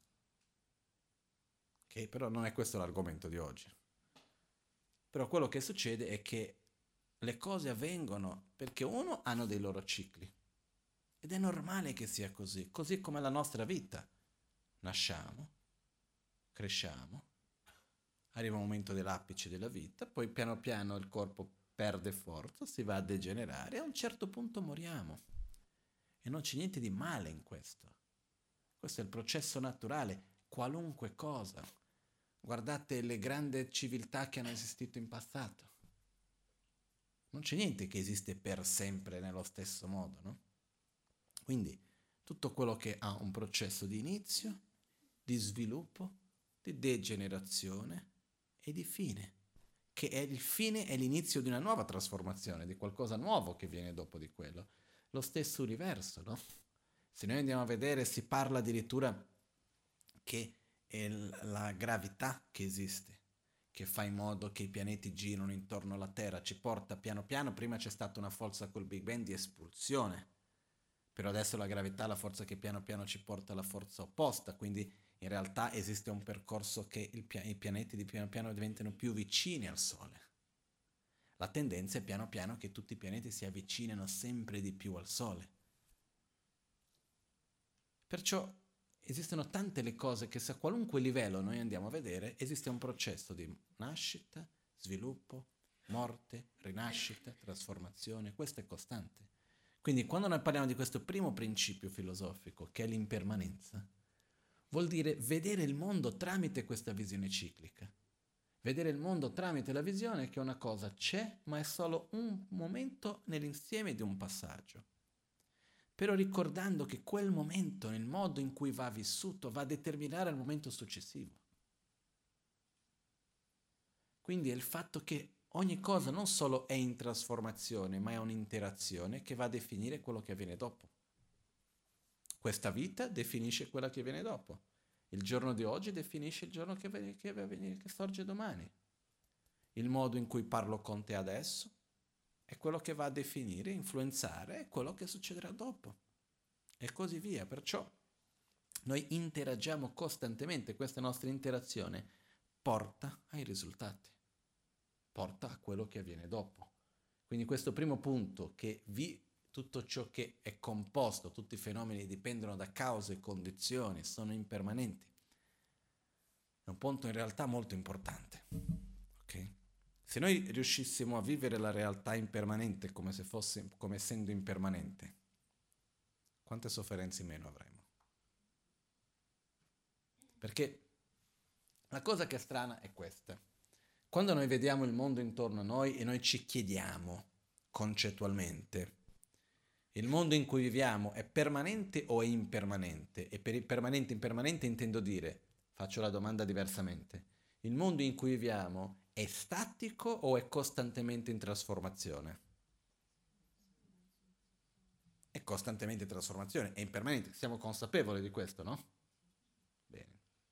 Ok? Però non è questo l'argomento di oggi. Però quello che succede è che le cose avvengono perché uno hanno dei loro cicli. Ed è normale che sia così, così come la nostra vita. Nasciamo, cresciamo, arriva un momento dell'apice della vita, poi piano piano il corpo perde forza, si va a degenerare e a un certo punto moriamo. E non c'è niente di male in questo. Questo è il processo naturale, qualunque cosa. Guardate le grandi civiltà che hanno esistito in passato. Non c'è niente che esiste per sempre nello stesso modo, no? Quindi tutto quello che ha un processo di inizio, di sviluppo, di degenerazione e di fine, che è il fine e l'inizio di una nuova trasformazione, di qualcosa nuovo che viene dopo di quello. Lo stesso universo, no? Se noi andiamo a vedere, si parla addirittura che è la gravità che esiste, che fa in modo che i pianeti girino intorno alla Terra, ci porta piano piano, prima c'è stata una forza col Big Bang di espulsione, però adesso la gravità, la forza che piano piano ci porta alla forza opposta, quindi in realtà esiste un percorso che il pia- i pianeti di piano piano diventano più vicini al Sole. La tendenza è piano piano che tutti i pianeti si avvicinano sempre di più al Sole. Perciò esistono tante le cose che se a qualunque livello noi andiamo a vedere, esiste un processo di nascita, sviluppo, morte, rinascita, trasformazione, questo è costante. Quindi quando noi parliamo di questo primo principio filosofico, che è l'impermanenza, vuol dire vedere il mondo tramite questa visione ciclica. Vedere il mondo tramite la visione che una cosa c'è, ma è solo un momento nell'insieme di un passaggio. Però ricordando che quel momento, nel modo in cui va vissuto, va a determinare il momento successivo. Quindi è il fatto che ogni cosa non solo è in trasformazione, ma è un'interazione che va a definire quello che avviene dopo. Questa vita definisce quella che viene dopo. Il giorno di oggi definisce il giorno che, che va a venire, che sorge domani. Il modo in cui parlo con te adesso è quello che va a definire, influenzare quello che succederà dopo e così via. Perciò noi interagiamo costantemente, questa nostra interazione porta ai risultati, porta a quello che avviene dopo. Quindi questo primo punto, che vi, tutto ciò che è composto, tutti i fenomeni dipendono da cause e condizioni, sono impermanenti, è un punto in realtà molto importante. Ok? Se noi riuscissimo a vivere la realtà impermanente come se fosse, come essendo impermanente, quante sofferenze in meno avremmo? Perché la cosa che è strana è questa. Quando noi vediamo il mondo intorno a noi e noi ci chiediamo concettualmente, il mondo in cui viviamo è permanente o è impermanente? E per il permanente e impermanente intendo dire, faccio la domanda diversamente, il mondo in cui viviamo è statico o è costantemente in trasformazione? È costantemente in trasformazione, è impermanente, siamo consapevoli di questo, no? Bene.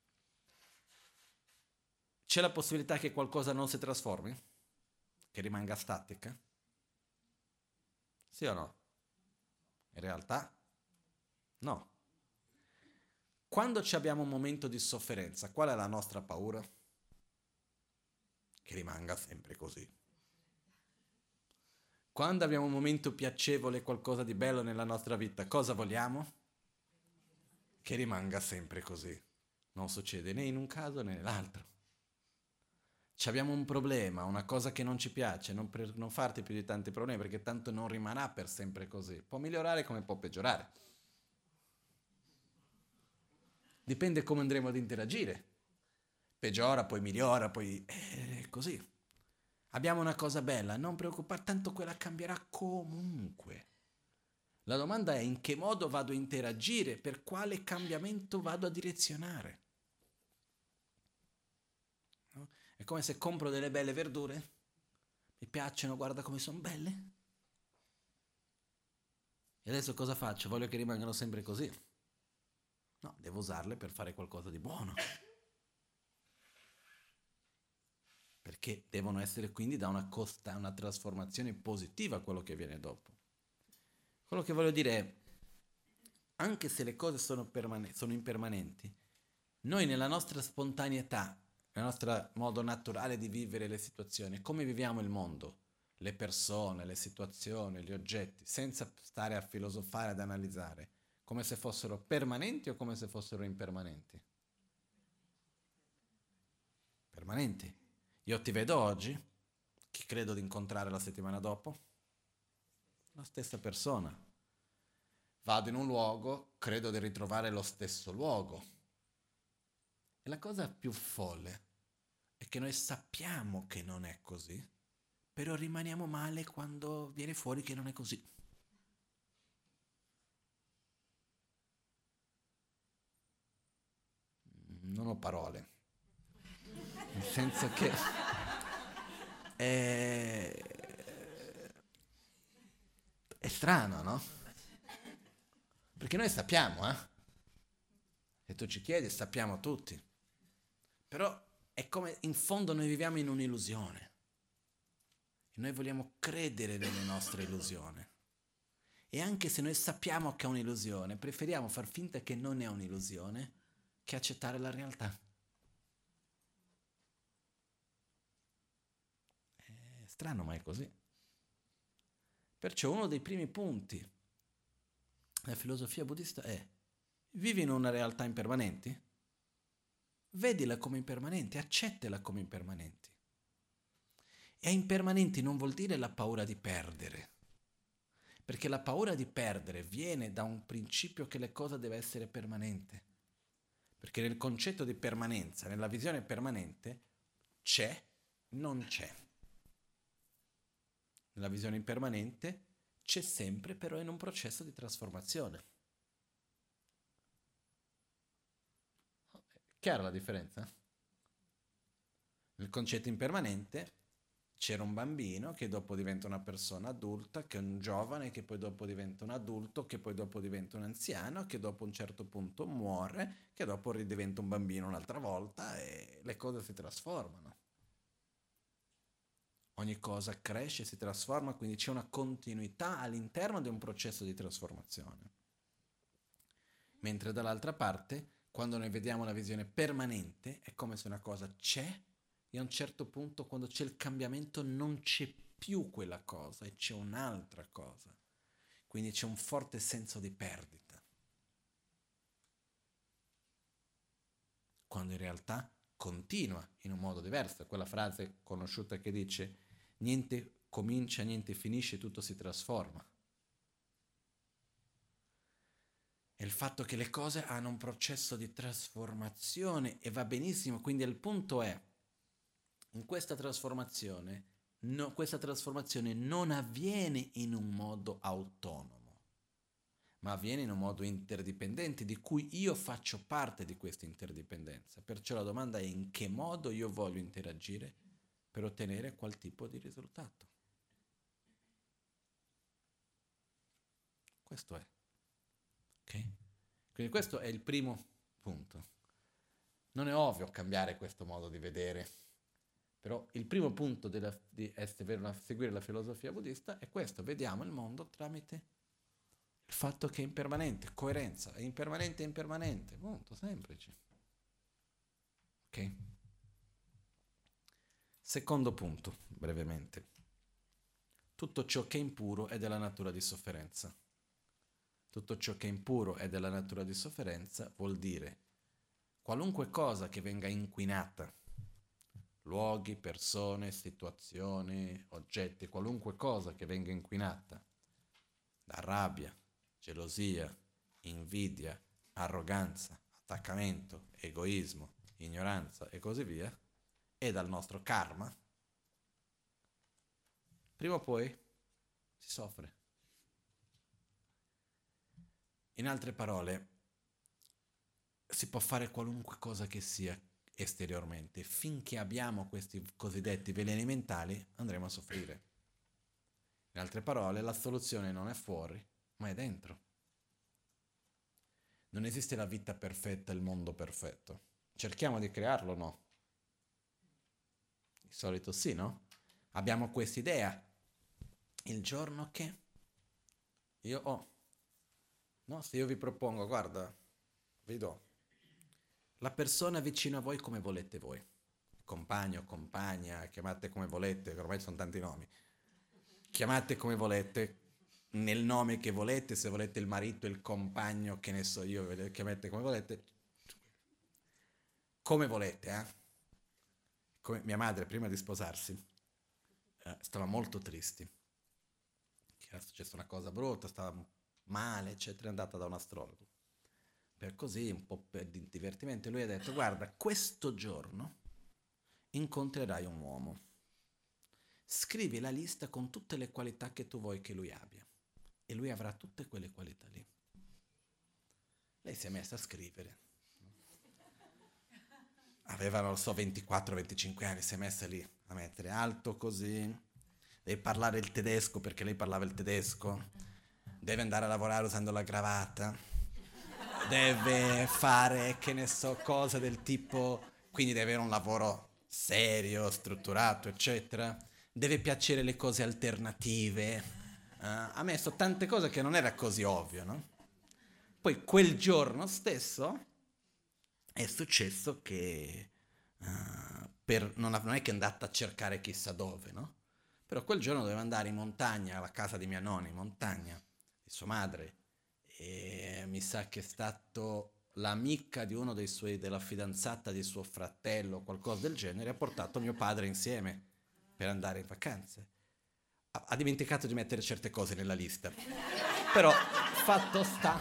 C'è la possibilità che qualcosa non si trasformi? Che rimanga statica? Sì o no? In realtà no. Quando ci abbiamo un momento di sofferenza, qual è la nostra paura? Che rimanga sempre così. Quando abbiamo un momento piacevole, qualcosa di bello nella nostra vita, cosa vogliamo? Che rimanga sempre così. Non succede né in un caso né nell'altro. Ci abbiamo un problema, una cosa che non ci piace, non, per, non farti più di tanti problemi, perché tanto non rimarrà per sempre così. Può migliorare come può peggiorare. Dipende come andremo ad interagire. Peggiora, poi migliora, poi è così. Abbiamo una cosa bella, non preoccupare, tanto quella cambierà comunque. La domanda è in che modo vado a interagire, per quale cambiamento vado a direzionare. No? È come se compro delle belle verdure, mi piacciono, guarda come sono belle. E adesso cosa faccio? Voglio che rimangano sempre così. No, devo usarle per fare qualcosa di buono. Perché devono essere quindi da una, costa, una trasformazione positiva quello che viene dopo. Quello che voglio dire è, anche se le cose sono, permane- sono impermanenti, noi nella nostra spontaneità, nel nostro modo naturale di vivere le situazioni, come viviamo il mondo, le persone, le situazioni, gli oggetti, senza stare a filosofare, ad analizzare, come se fossero permanenti o come se fossero impermanenti? Permanenti. Io ti vedo oggi, chi credo di incontrare la settimana dopo? La stessa persona. Vado in un luogo, credo di ritrovare lo stesso luogo. E la cosa più folle è che noi sappiamo che non è così, però rimaniamo male quando viene fuori che non è così. Non ho parole. Nel senso che è, è strano, no? Perché noi sappiamo, eh? E tu ci chiedi, sappiamo tutti. Però è come in fondo noi viviamo in un'illusione. E noi vogliamo credere nelle nostre illusioni. E anche se noi sappiamo che è un'illusione, preferiamo far finta che non è un'illusione che accettare la realtà. È strano, ma è così. Perciò uno dei primi punti della filosofia buddista è: vivi in una realtà impermanente? Vedila come impermanente, accettala come impermanente. E impermanenti non vuol dire la paura di perdere, perché la paura di perdere viene da un principio che le cose deve essere permanente. Perché nel concetto di permanenza, nella visione permanente, c'è, non c'è. Nella visione impermanente c'è sempre, però in un processo di trasformazione. Chiara la differenza? Nel concetto impermanente c'era un bambino che dopo diventa una persona adulta, che è un giovane, che poi dopo diventa un adulto, che poi dopo diventa un anziano, che dopo a un certo punto muore, che dopo ridiventa un bambino un'altra volta e le cose si trasformano. Ogni cosa cresce, si trasforma, quindi c'è una continuità all'interno di un processo di trasformazione. Mentre dall'altra parte, quando noi vediamo la visione permanente, è come se una cosa c'è e a un certo punto, quando c'è il cambiamento, non c'è più quella cosa e c'è un'altra cosa. Quindi c'è un forte senso di perdita. Quando in realtà continua in un modo diverso. Quella frase conosciuta che dice niente comincia, niente finisce, tutto si trasforma. È il fatto che le cose hanno un processo di trasformazione e va benissimo, quindi il punto è, in questa trasformazione, no, questa trasformazione non avviene in un modo autonomo, ma avviene in un modo interdipendente, di cui io faccio parte di questa interdipendenza. Perciò la domanda è in che modo io voglio interagire per ottenere qual tipo di risultato. Questo è. Ok? Quindi questo è il primo punto. Non è ovvio cambiare questo modo di vedere, però il primo punto della, di essere, una, seguire la filosofia buddista è questo: vediamo il mondo tramite il fatto che è impermanente, coerenza, è impermanente, è impermanente, punto, semplice. Ok? Secondo punto, brevemente. Tutto ciò che è impuro è della natura di sofferenza. Tutto ciò che è impuro è della natura di sofferenza vuol dire qualunque cosa che venga inquinata, luoghi, persone, situazioni, oggetti, qualunque cosa che venga inquinata da rabbia, gelosia, invidia, arroganza, attaccamento, egoismo, ignoranza e così via, è dal nostro karma, prima o poi si soffre. In altre parole, si può fare qualunque cosa che sia esteriormente, finché abbiamo questi cosiddetti veleni mentali andremo a soffrire. In altre parole, la soluzione non è fuori, ma è dentro. Non esiste la vita perfetta, il mondo perfetto. Cerchiamo di crearlo o no? Di solito sì, no? Abbiamo quest'idea. Il giorno che io ho, no? Se io vi propongo, guarda, vi do la persona vicino a voi come volete voi, compagno, compagna, chiamate come volete, ormai sono tanti nomi, chiamate come volete, nel nome che volete, se volete il marito, il compagno, che ne so io, chiamate come volete, come volete, eh? Come mia madre prima di sposarsi eh, stava molto triste, era successa una cosa brutta, stava male, eccetera, è andata da un astrologo. Per così, un po' per divertimento, lui ha detto: guarda, questo giorno incontrerai un uomo. Scrivi la lista con tutte le qualità che tu vuoi che lui abbia. E lui avrà tutte quelle qualità lì. Lei si è messa a scrivere. Aveva, non lo so, ventiquattro venticinque anni, si è messa lì a mettere alto così. Deve parlare il tedesco perché lei parlava il tedesco. Deve andare a lavorare usando la cravatta. Deve fare, che ne so, cose del tipo, quindi deve avere un lavoro serio, strutturato, eccetera. Deve piacere le cose alternative. Uh, ha messo tante cose che non era così ovvio, no? Poi quel giorno stesso è successo che uh, per, non, non è che è andata a cercare chissà dove, no? Però quel giorno doveva andare in montagna, alla casa di mia nonna, in montagna, di sua madre, e mi sa che è stato l'amica di uno dei suoi, della fidanzata di suo fratello, qualcosa del genere, ha portato mio padre insieme per andare in vacanze. Ha, ha dimenticato di mettere certe cose nella lista, però fatto sta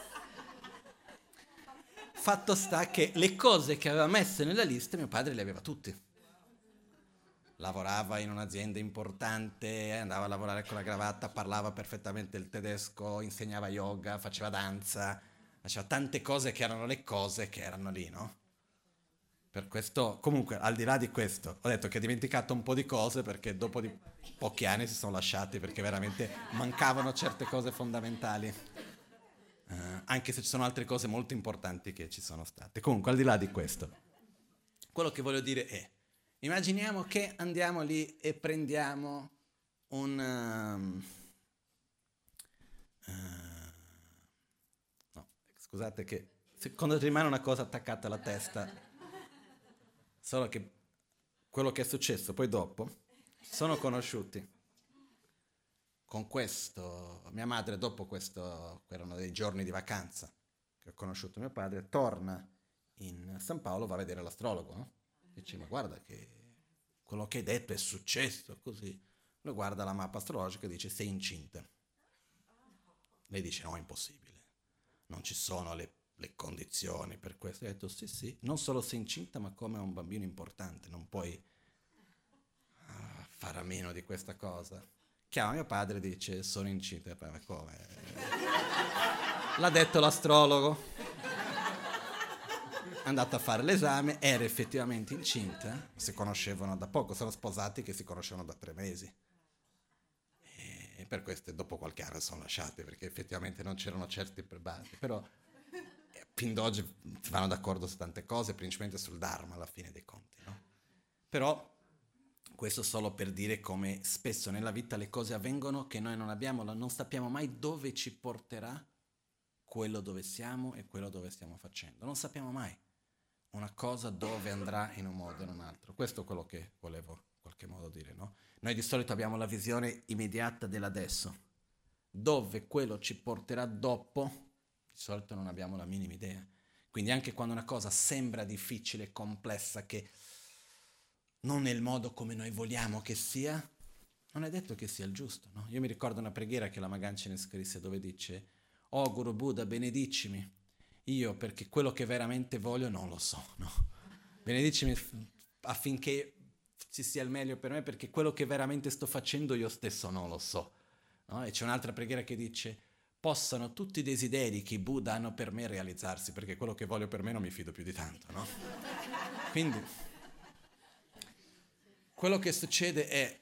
fatto sta che le cose che aveva messe nella lista mio padre le aveva tutte. Lavorava in un'azienda importante, andava a lavorare con la cravatta, parlava perfettamente il tedesco, insegnava yoga, faceva danza, faceva tante cose che erano le cose che erano lì, no? Per questo, comunque, al di là di questo, ho detto che ha dimenticato un po' di cose perché dopo di pochi anni si sono lasciati perché veramente mancavano certe cose fondamentali. Uh, anche se ci sono altre cose molto importanti che ci sono state. Comunque, al di là di questo, quello che voglio dire è Immaginiamo che andiamo lì e prendiamo un... Um, uh, no, scusate che se, quando ti rimane una cosa attaccata alla testa, solo che quello che è successo poi dopo, sono conosciuti con questo, mia madre dopo questo, erano dei giorni di vacanza che ho conosciuto mio padre, torna in San Paolo, va a vedere l'astrologo, no? Dice, ma guarda che quello che hai detto è successo, così. Lui guarda la mappa astrologica e dice, sei incinta. Lei dice, no, è impossibile, non ci sono le, le condizioni per questo. E ho detto, sì, sì, non solo sei incinta, ma come un bambino importante, non puoi uh, fare a meno di questa cosa. Chiama mio padre e dice, sono incinta. Ma come? L'ha detto l'astrologo. È andata a fare l'esame, era effettivamente incinta, si conoscevano da poco, sono sposati che si conoscevano da tre mesi. E per questo dopo qualche anno sono lasciati, perché effettivamente non c'erano certi probati. Però eh, fin d'oggi vanno d'accordo su tante cose, principalmente sul Dharma alla fine dei conti, no? Però questo solo per dire come spesso nella vita le cose avvengono che noi non abbiamo, non sappiamo mai dove ci porterà quello dove siamo e quello dove stiamo facendo. Non sappiamo mai una cosa dove andrà in un modo o in un altro. Questo è quello che volevo in qualche modo dire, no? Noi di solito abbiamo la visione immediata dell'adesso. Dove quello ci porterà dopo, di solito non abbiamo la minima idea. Quindi anche quando una cosa sembra difficile, complessa, che non è il modo come noi vogliamo che sia, non è detto che sia il giusto, no? Io mi ricordo una preghiera che la Magancia ne scrisse dove dice «Oh Guru Buddha, benedicimi, io perché quello che veramente voglio non lo so, no? Benedicimi affinché ci sia il meglio per me, perché quello che veramente sto facendo io stesso non lo so». No? E c'è un'altra preghiera che dice «Possano tutti i desideri che i Buddha hanno per me realizzarsi, perché quello che voglio per me non mi fido più di tanto». No? Quindi quello che succede è,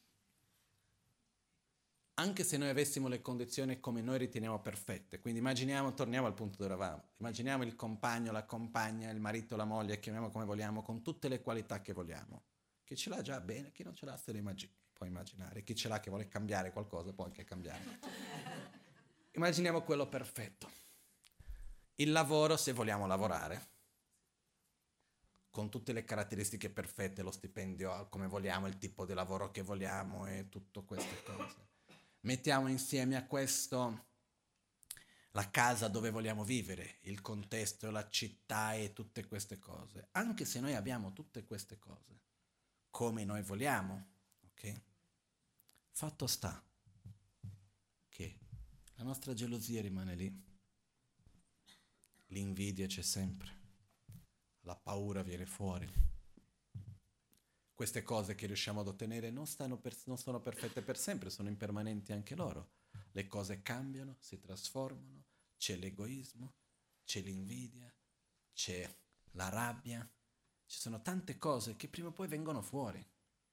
anche se noi avessimo le condizioni come noi riteniamo perfette, quindi immaginiamo, torniamo al punto dove eravamo, immaginiamo il compagno, la compagna, il marito, la moglie, chiamiamo come vogliamo, con tutte le qualità che vogliamo. Chi ce l'ha già bene, chi non ce l'ha se lo immagini, può immaginare, chi ce l'ha che vuole cambiare qualcosa può anche cambiare. Immaginiamo quello perfetto. Il lavoro, se vogliamo lavorare, con tutte le caratteristiche perfette, lo stipendio come vogliamo, il tipo di lavoro che vogliamo e tutte queste cose. Mettiamo insieme a questo la casa dove vogliamo vivere, il contesto, la città e tutte queste cose. Anche se noi abbiamo tutte queste cose, come noi vogliamo, ok? Fatto sta che la nostra gelosia rimane lì, l'invidia c'è sempre, la paura viene fuori. Queste cose che riusciamo ad ottenere non, stanno per, non sono perfette per sempre, sono impermanenti anche loro. Le cose cambiano, si trasformano, c'è l'egoismo, c'è l'invidia, c'è la rabbia, ci sono tante cose che prima o poi vengono fuori.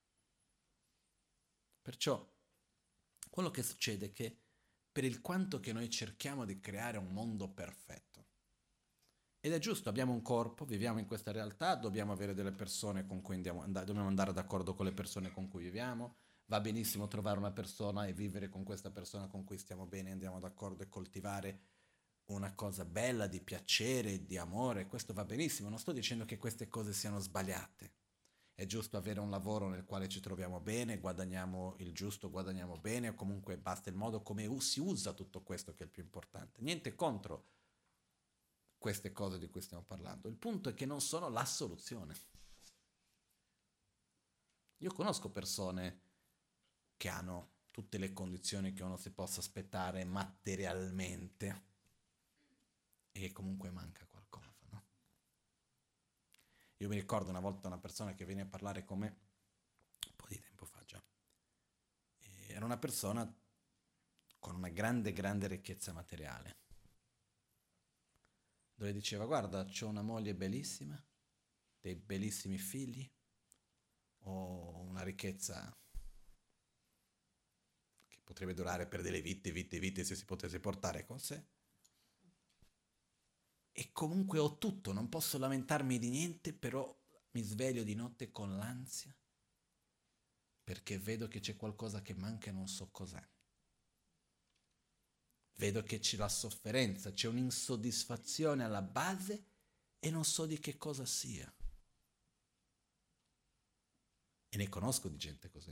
Perciò quello che succede è che per il quanto che noi cerchiamo di creare un mondo perfetto, ed è giusto, abbiamo un corpo, viviamo in questa realtà, dobbiamo avere delle persone con cui andiamo, and- dobbiamo andare d'accordo con le persone con cui viviamo, va benissimo trovare una persona e vivere con questa persona con cui stiamo bene, andiamo d'accordo e coltivare una cosa bella di piacere, di amore, questo va benissimo, non sto dicendo che queste cose siano sbagliate. È giusto avere un lavoro nel quale ci troviamo bene, guadagniamo il giusto, guadagniamo bene, o comunque basta il modo come si usa tutto questo che è il più importante. Niente contro queste cose di cui stiamo parlando. Il punto è che non sono la soluzione. Io conosco persone che hanno tutte le condizioni che uno si possa aspettare materialmente e che comunque manca qualcosa, no? Io mi ricordo una volta una persona che venne a parlare con me, un po' di tempo fa già, e era una persona con una grande, grande ricchezza materiale, dove diceva guarda, c'ho una moglie bellissima, dei bellissimi figli, ho una ricchezza che potrebbe durare per delle vite, vite, vite se si potesse portare con sé, e comunque ho tutto, non posso lamentarmi di niente, però Mi sveglio di notte con l'ansia perché vedo che c'è qualcosa che manca e non so cos'è. Vedo che c'è la sofferenza, c'è un'insoddisfazione alla base e non so di che cosa sia. E ne conosco di gente così.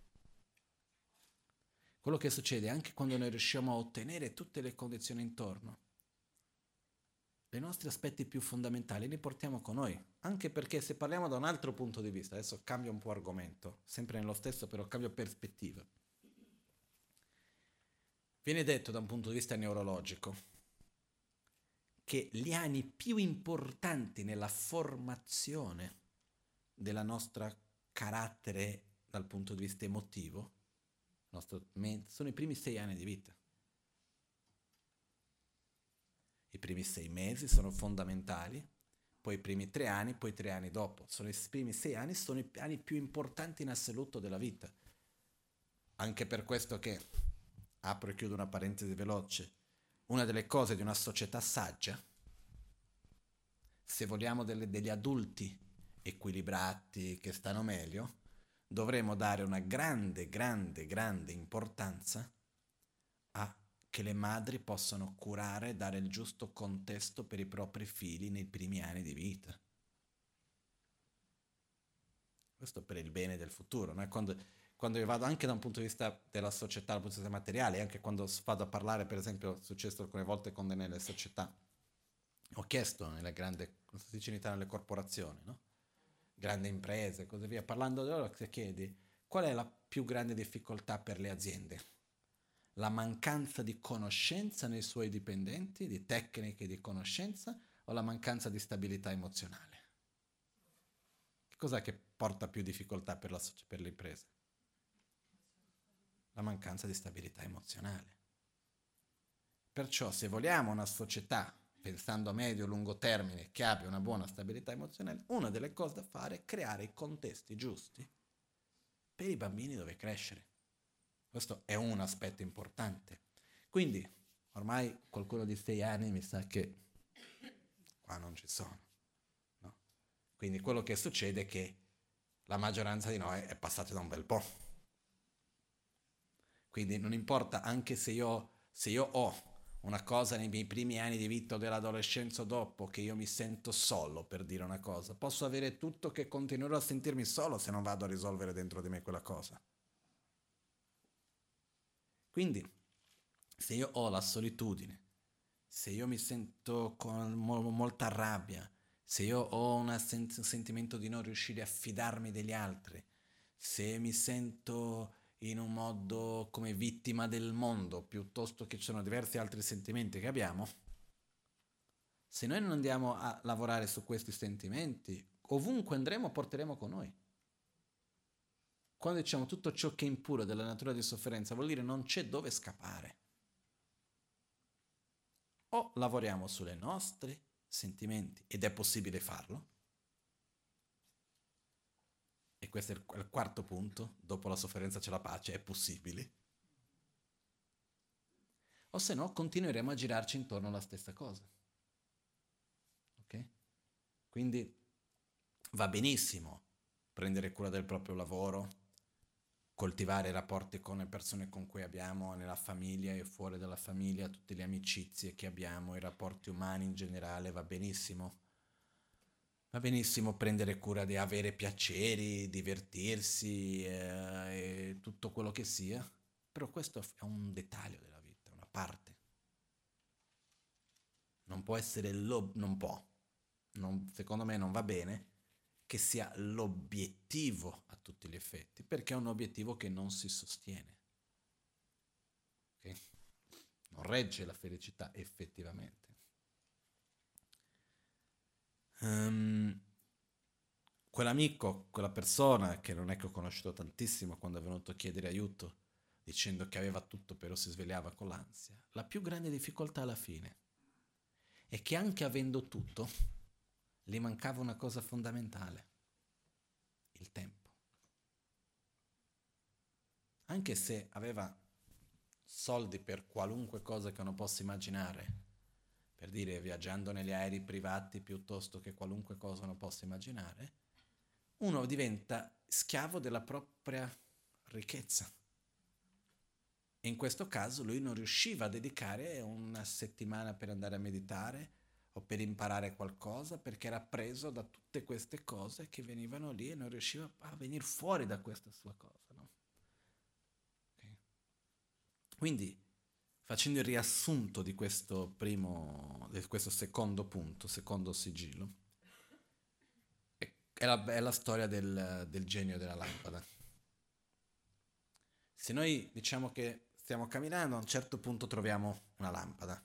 Quello che succede anche quando noi riusciamo a ottenere tutte le condizioni intorno, i nostri aspetti più fondamentali li portiamo con noi, anche perché se parliamo da un altro punto di vista, adesso cambio un po' argomento, sempre nello stesso però cambio prospettiva. Viene detto da un punto di vista neurologico che gli anni più importanti nella formazione della nostra carattere dal punto di vista emotivo sono i primi sei anni di vita. I primi sei mesi sono fondamentali, poi i primi tre anni, poi tre anni dopo. Sono i primi sei anni, sono i anni più importanti in assoluto della vita. Anche per questo che, apro e chiudo una parentesi veloce, una delle cose di una società saggia, se vogliamo delle, degli adulti equilibrati che stanno meglio, dovremo dare una grande, grande, grande importanza a che le madri possano curare e dare il giusto contesto per i propri figli nei primi anni di vita. Questo per il bene del futuro. No? Quando, quando io vado anche da un punto di vista della società, dal punto di vista materiale, anche quando vado a parlare, per esempio, è successo alcune volte con nelle società, ho chiesto nelle grandi, come si dice in Italia, nelle corporazioni, no? Grandi imprese e così via, parlando di loro, ti chiedi qual è la più grande difficoltà per le aziende? La mancanza di conoscenza nei suoi dipendenti, di tecniche di conoscenza, o la mancanza di stabilità emozionale? Che cos'è che porta più difficoltà per, la, per le imprese? La mancanza di stabilità emozionale. Perciò se vogliamo una società, pensando a medio-lungo termine, che abbia una buona stabilità emozionale, una delle cose da fare è creare i contesti giusti per i bambini dove crescere. Questo è un aspetto importante. Quindi, ormai qualcuno di sei anni mi sa che qua non ci sono. No? Quindi quello che succede è che la maggioranza di noi è passata da un bel po'. Quindi non importa, anche se io, se io ho una cosa nei miei primi anni di vita o dell'adolescenza o dopo, che io mi sento solo, per dire una cosa, posso avere tutto che continuerò a sentirmi solo se non vado a risolvere dentro di me quella cosa. Quindi, se io ho la solitudine, se io mi sento con mo- molta rabbia, se io ho una sen- un sentimento di non riuscire a fidarmi degli altri, se mi sento in un modo come vittima del mondo, piuttosto che ci sono diversi altri sentimenti che abbiamo, se noi non andiamo a lavorare su questi sentimenti, ovunque andremo porteremo con noi. Quando diciamo tutto ciò che è impuro della natura di sofferenza, vuol dire non c'è dove scappare. O lavoriamo sui nostri sentimenti, ed è possibile farlo, e questo è il quarto punto, dopo la sofferenza c'è la pace, è possibile, o se no continueremo a girarci intorno alla stessa cosa. Ok? Quindi va benissimo prendere cura del proprio lavoro, coltivare i rapporti con le persone con cui abbiamo, nella famiglia e fuori dalla famiglia, tutte le amicizie che abbiamo, i rapporti umani in generale, va benissimo. Va benissimo prendere cura di avere piaceri, divertirsi eh, e tutto quello che sia, però questo è un dettaglio della vita, una parte. Non può essere lo... non può. Non, secondo me non va bene che sia l'obiettivo a tutti gli effetti, perché è un obiettivo che non si sostiene. Okay? Non regge la felicità effettivamente. Um, quell'amico, quella persona che non è che ho conosciuto tantissimo quando è venuto a chiedere aiuto, dicendo che aveva tutto però si svegliava con l'ansia, la più grande difficoltà alla fine è che anche avendo tutto gli mancava una cosa fondamentale, il tempo. Anche se aveva soldi per qualunque cosa che uno possa immaginare, per dire viaggiando negli aerei privati piuttosto che qualunque cosa uno possa immaginare, uno diventa schiavo della propria ricchezza. E in questo caso lui non riusciva a dedicare una settimana per andare a meditare o per imparare qualcosa perché era preso da tutte queste cose che venivano lì e non riusciva a venire fuori da questa sua cosa. No? Okay. Quindi, facendo il riassunto di questo primo, di questo secondo punto, secondo sigillo, è la, è la storia del, del genio della lampada. Se noi diciamo che stiamo camminando, a un certo punto troviamo una lampada.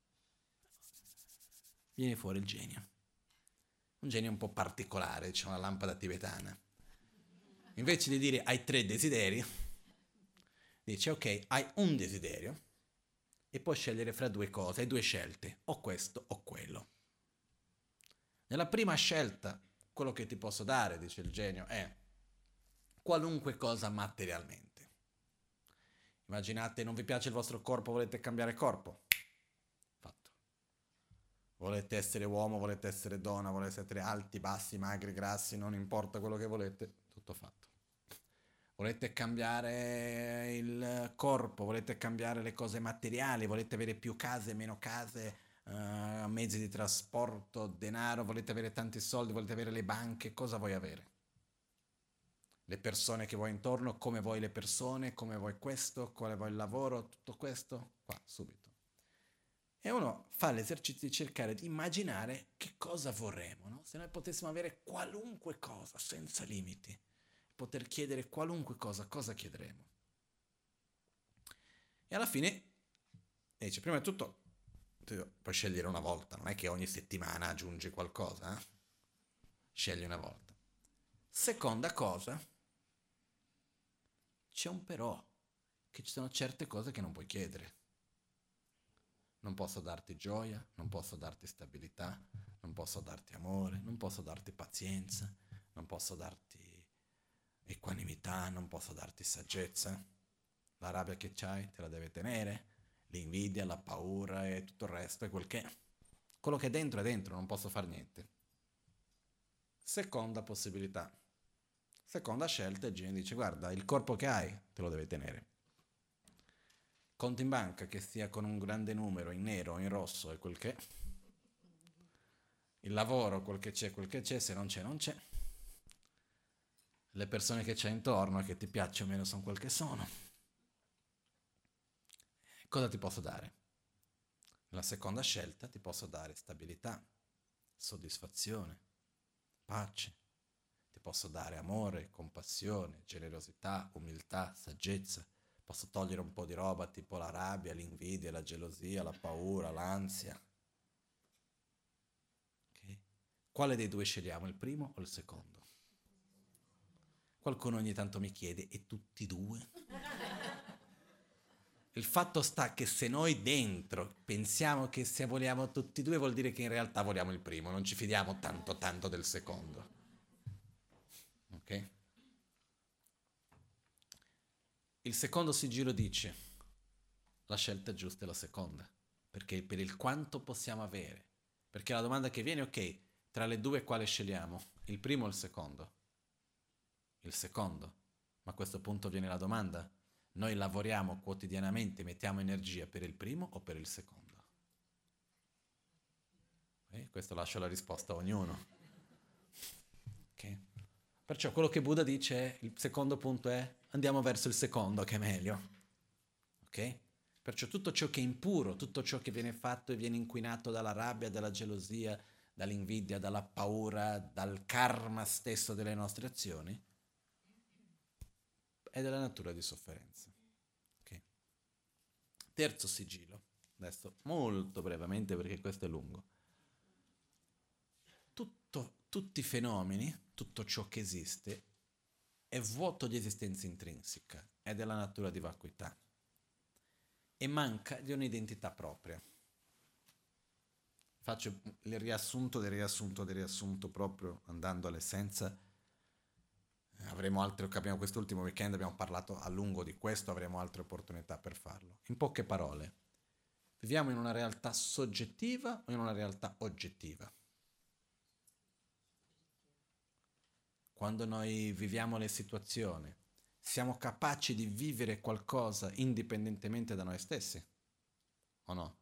Viene fuori il genio. Un genio un po' particolare, diciamo la lampada tibetana. Invece di dire hai tre desideri, dice ok, hai un desiderio e puoi scegliere fra due cose, hai due scelte, o questo o quello. Nella prima scelta, quello che ti posso dare, dice il genio, è qualunque cosa materialmente. Immaginate, non vi piace il vostro corpo, volete cambiare corpo? Fatto. Volete essere uomo, volete essere donna, volete essere alti, bassi, magri, grassi, non importa quello che volete, tutto fatto. Volete cambiare il corpo, volete cambiare le cose materiali, volete avere più case, meno case, uh, mezzi di trasporto, denaro, volete avere tanti soldi, volete avere le banche, cosa vuoi avere? Le persone che vuoi intorno, come vuoi le persone, come vuoi questo, quale vuoi il lavoro, tutto questo, qua, subito. E uno fa l'esercizio di cercare di immaginare che cosa vorremmo, no? Se noi potessimo avere qualunque cosa, senza limiti, poter chiedere qualunque cosa, cosa chiederemo? E alla fine, dice, prima di tutto, puoi scegliere una volta, non è che ogni settimana aggiungi qualcosa, eh? Scegli una volta. Seconda cosa, c'è un però, che ci sono certe cose che non puoi chiedere. Non posso darti gioia, non posso darti stabilità, non posso darti amore, non posso darti pazienza, non posso darti equanimità, non posso darti saggezza. La rabbia che c'hai te la deve tenere, l'invidia, la paura e tutto il resto è quel che è. Quello che è dentro è dentro, non posso fare niente. Seconda possibilità. Seconda scelta, il genio dice guarda, il corpo che hai te lo deve tenere. Conto in banca che sia con un grande numero in nero o in rosso è quel che è. Il lavoro, quel che c'è, quel che c'è, se non c'è, non c'è. Le persone che c'è intorno, che ti piacciono o meno, sono quel che sono. Cosa ti posso dare? La seconda scelta ti posso dare stabilità, soddisfazione, pace. Ti posso dare amore, compassione, generosità, umiltà, saggezza. Posso togliere un po' di roba, tipo la rabbia, l'invidia, la gelosia, la paura, l'ansia. Okay? Quale dei due scegliamo, il primo o il secondo? Qualcuno ogni tanto mi chiede, e tutti e due? Il fatto sta che se noi dentro pensiamo che se vogliamo tutti e due vuol dire che in realtà vogliamo il primo, non ci fidiamo tanto tanto del secondo. Ok? Il secondo sigillo dice, la scelta giusta è la seconda, perché per il quanto possiamo avere, perché la domanda che viene, ok, tra le due quale scegliamo? Il primo o il secondo? Il secondo. Ma a questo punto viene la domanda, noi lavoriamo quotidianamente, mettiamo energia per il primo o per il secondo? Okay? Questo lascio la risposta a ognuno. Ok? Perciò quello che Buddha dice è, il secondo punto è, andiamo verso il secondo che è meglio. Ok? Perciò tutto ciò che è impuro, tutto ciò che viene fatto e viene inquinato dalla rabbia, dalla gelosia, dall'invidia, dalla paura, dal karma stesso delle nostre azioni, è della natura di sofferenza. Okay. Terzo sigillo, adesso molto brevemente perché questo è lungo. Tutto, tutti i fenomeni, tutto ciò che esiste, è vuoto di esistenza intrinseca, è della natura di vacuità e manca di un'identità propria. Faccio il riassunto del riassunto del riassunto proprio andando all'essenza. Avremo altre, abbiamo quest'ultimo weekend, abbiamo parlato a lungo di questo, avremo altre opportunità per farlo. In poche parole, viviamo in una realtà soggettiva o in una realtà oggettiva? quando noi viviamo le situazioni, siamo capaci di vivere qualcosa indipendentemente da noi stessi, o no?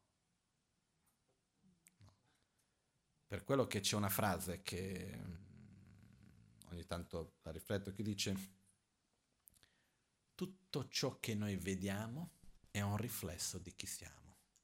No. Per quello che c'è una frase che mm, ogni tanto la rifletto, che dice: tutto ciò che noi vediamo è un riflesso di chi siamo.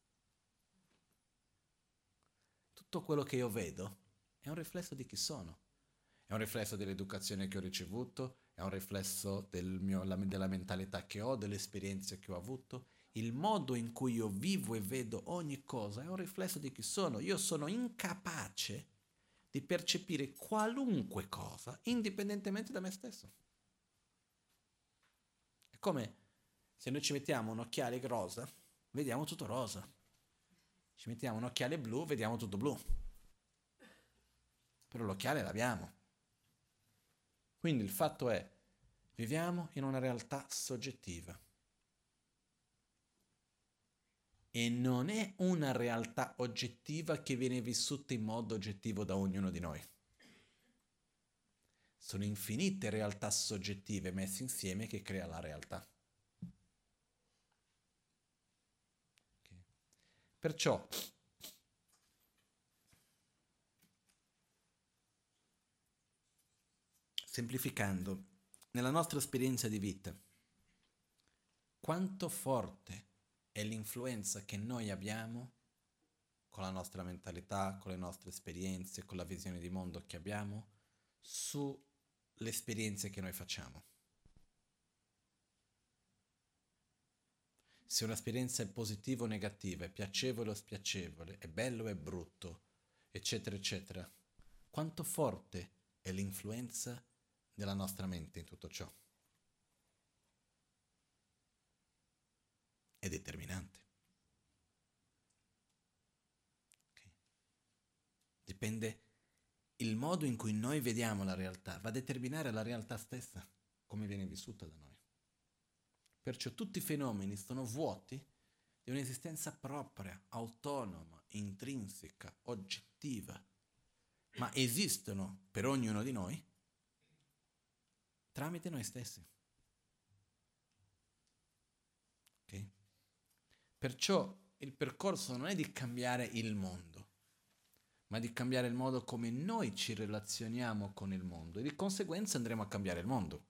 Tutto quello che io vedo è un riflesso di chi sono. È un riflesso dell'educazione che ho ricevuto, è un riflesso del mio, la, della mentalità che ho, delle esperienze che ho avuto. Il modo in cui io vivo e vedo ogni cosa è un riflesso di chi sono. Io sono incapace di percepire qualunque cosa indipendentemente da me stesso. È come se noi ci mettiamo un occhiale rosa, vediamo tutto rosa. Ci mettiamo un occhiale blu, vediamo tutto blu. Però l'occhiale l'abbiamo. Quindi il fatto è, viviamo in una realtà soggettiva. E non è una realtà oggettiva che viene vissuta in modo oggettivo da ognuno di noi. Sono infinite realtà soggettive messe insieme che crea la realtà. Okay. Perciò, semplificando, nella nostra esperienza di vita, quanto forte è l'influenza che noi abbiamo con la nostra mentalità, con le nostre esperienze, con la visione di mondo che abbiamo, sulle esperienze che noi facciamo. Se un'esperienza è positiva o negativa, è piacevole o spiacevole, è bello o è brutto, eccetera, eccetera, quanto forte è l'influenza della nostra mente in tutto ciò? È determinante. Okay. Dipende, il modo in cui noi vediamo la realtà va a determinare la realtà stessa, come viene vissuta da noi. Perciò tutti i fenomeni sono vuoti di un'esistenza propria, autonoma, intrinseca, oggettiva, ma esistono per ognuno di noi tramite noi stessi. Okay? Perciò il percorso non è di cambiare il mondo, ma di cambiare il modo come noi ci relazioniamo con il mondo e di conseguenza andremo a cambiare il mondo.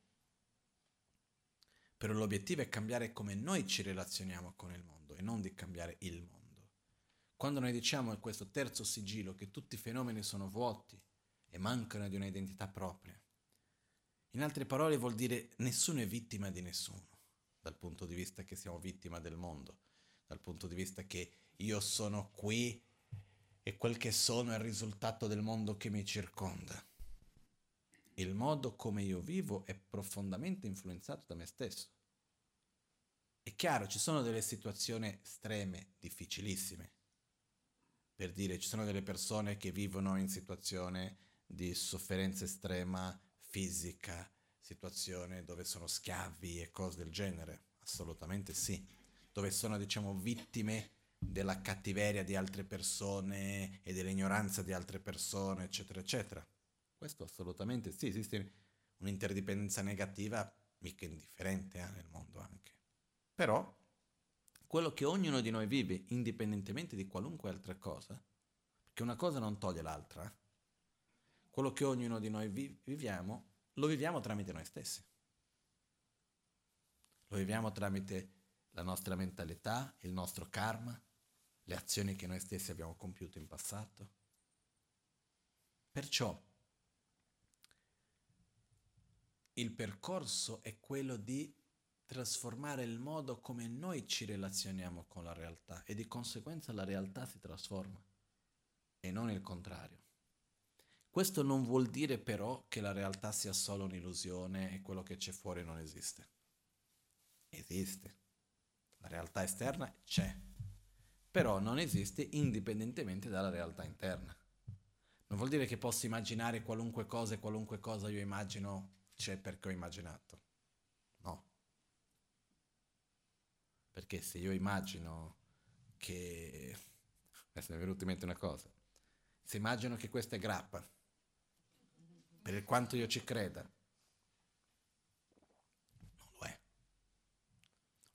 Però l'obiettivo è cambiare come noi ci relazioniamo con il mondo e non di cambiare il mondo. Quando noi diciamo in questo terzo sigillo che tutti i fenomeni sono vuoti e mancano di una identità propria, in altre parole vuol dire nessuno è vittima di nessuno, dal punto di vista che siamo vittima del mondo, dal punto di vista che io sono qui e quel che sono è il risultato del mondo che mi circonda. Il modo come io vivo è profondamente influenzato da me stesso. È chiaro, ci sono delle situazioni estreme, difficilissime. Per dire, ci sono delle persone che vivono in situazione di sofferenza estrema fisica, situazione dove sono schiavi e cose del genere. Assolutamente sì. Dove sono, diciamo, vittime della cattiveria di altre persone e dell'ignoranza di altre persone, eccetera, eccetera. Questo assolutamente sì, esiste un'interdipendenza negativa mica indifferente eh, nel mondo anche. Però quello che ognuno di noi vive, indipendentemente di qualunque altra cosa, perché una cosa non toglie l'altra, eh, quello che ognuno di noi vi- viviamo, lo viviamo tramite noi stessi. Lo viviamo tramite la nostra mentalità, il nostro karma, le azioni che noi stessi abbiamo compiuto in passato. Perciò il percorso è quello di trasformare il modo come noi ci relazioniamo con la realtà e di conseguenza la realtà si trasforma e non il contrario. Questo non vuol dire però che la realtà sia solo un'illusione e quello che c'è fuori non esiste. Esiste. La realtà esterna c'è, però non esiste indipendentemente dalla realtà interna. Non vuol dire che posso immaginare qualunque cosa e qualunque cosa io immagino c'è perché ho immaginato. No. Perché se io immagino che... Adesso mi è venuta in mente una cosa. Se immagino che questa è grappa, per quanto io ci creda,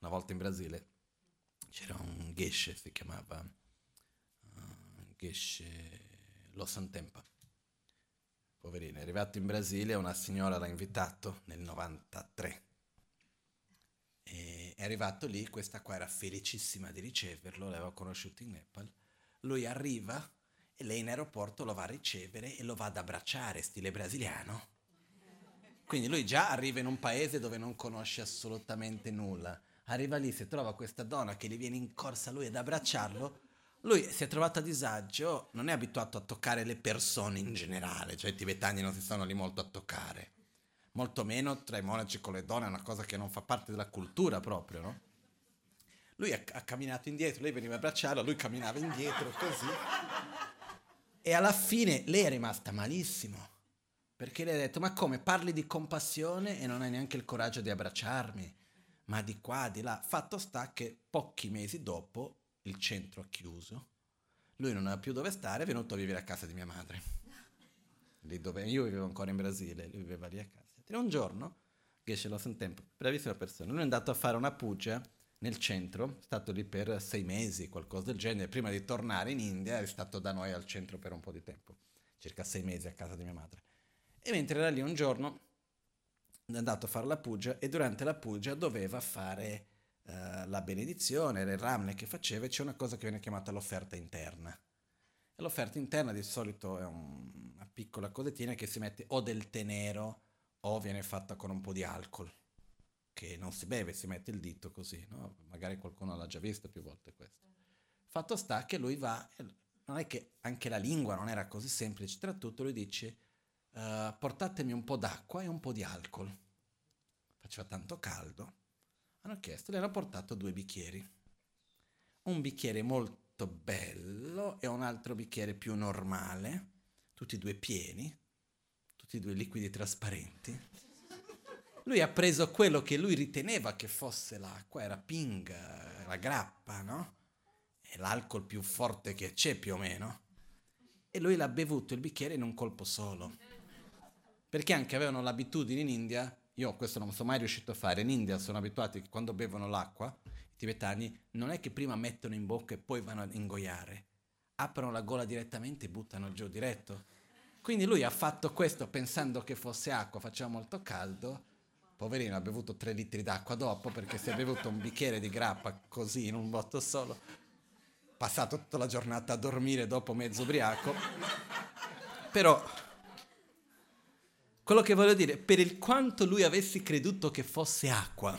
Una volta in Brasile c'era un geshe, si chiamava uh, geshe Lo Santempa. Poverino, è arrivato in Brasile, una signora l'ha invitato nel novantatré. E è arrivato lì, questa qua era felicissima di riceverlo, l'aveva conosciuto in Nepal. Lui arriva e lei in aeroporto lo va a ricevere e lo va ad abbracciare, stile brasiliano. Quindi lui già arriva in un paese dove non conosce assolutamente nulla. Arriva lì, si trova questa donna che gli viene in corsa a lui ad abbracciarlo. Lui si è trovato a disagio, non è abituato a toccare le persone in generale, cioè i tibetani non si stanno lì molto a toccare. Molto meno tra i monaci con le donne, è una cosa che non fa parte della cultura proprio, no? Lui ha, ha camminato indietro, lei veniva a abbracciarlo, lui camminava indietro così. E alla fine lei è rimasta malissimo, perché lei ha detto, ma come, parli di compassione e non hai neanche il coraggio di abbracciarmi? Ma di qua, di là. Fatto sta che pochi mesi dopo il centro ha chiuso, lui non aveva più dove stare, è venuto a vivere a casa di mia madre. Lì dove io vivevo ancora in Brasile, lui viveva lì a casa. E un giorno, Geshe Lo Santempa, bravissima persona, lui è andato a fare una puja nel centro, è stato lì per sei mesi, qualcosa del genere, prima di tornare in India è stato da noi al centro per un po' di tempo, circa sei mesi a casa di mia madre. E mentre era lì un giorno è andato a fare la puja e durante la puja doveva fare uh, la benedizione, era il ramne che faceva e c'è una cosa che viene chiamata l'offerta interna. E l'offerta interna di solito è un, una piccola cosettina che si mette o del tè nero o viene fatta con un po' di alcol, che non si beve, si mette il dito così, no? Magari qualcuno l'ha già visto più volte questo. Fatto sta che lui va, non è che anche la lingua non era così semplice, tra tutto lui dice Uh, portatemi un po' d'acqua e un po' di alcol. Faceva tanto caldo. Hanno chiesto, le hanno portato due bicchieri. Un bicchiere molto bello e un altro bicchiere più normale, tutti e due pieni, tutti e due liquidi trasparenti. Lui ha preso quello che lui riteneva che fosse l'acqua, era ping, la grappa, no? È l'alcol più forte che c'è più o meno. E lui l'ha bevuto il bicchiere in un colpo solo. Perché anche avevano l'abitudine in India, io questo non sono mai riuscito a fare, in India sono abituati che quando bevono l'acqua, i tibetani, non è che prima mettono in bocca e poi vanno ad ingoiare, aprono la gola direttamente e buttano giù diretto. Quindi lui ha fatto questo pensando che fosse acqua, faceva molto caldo, poverino ha bevuto tre litri d'acqua dopo perché si è bevuto un bicchiere di grappa così in un botto solo, passato tutta la giornata a dormire dopo mezzo ubriaco, però... Quello che voglio dire, per il quanto lui avesse creduto che fosse acqua,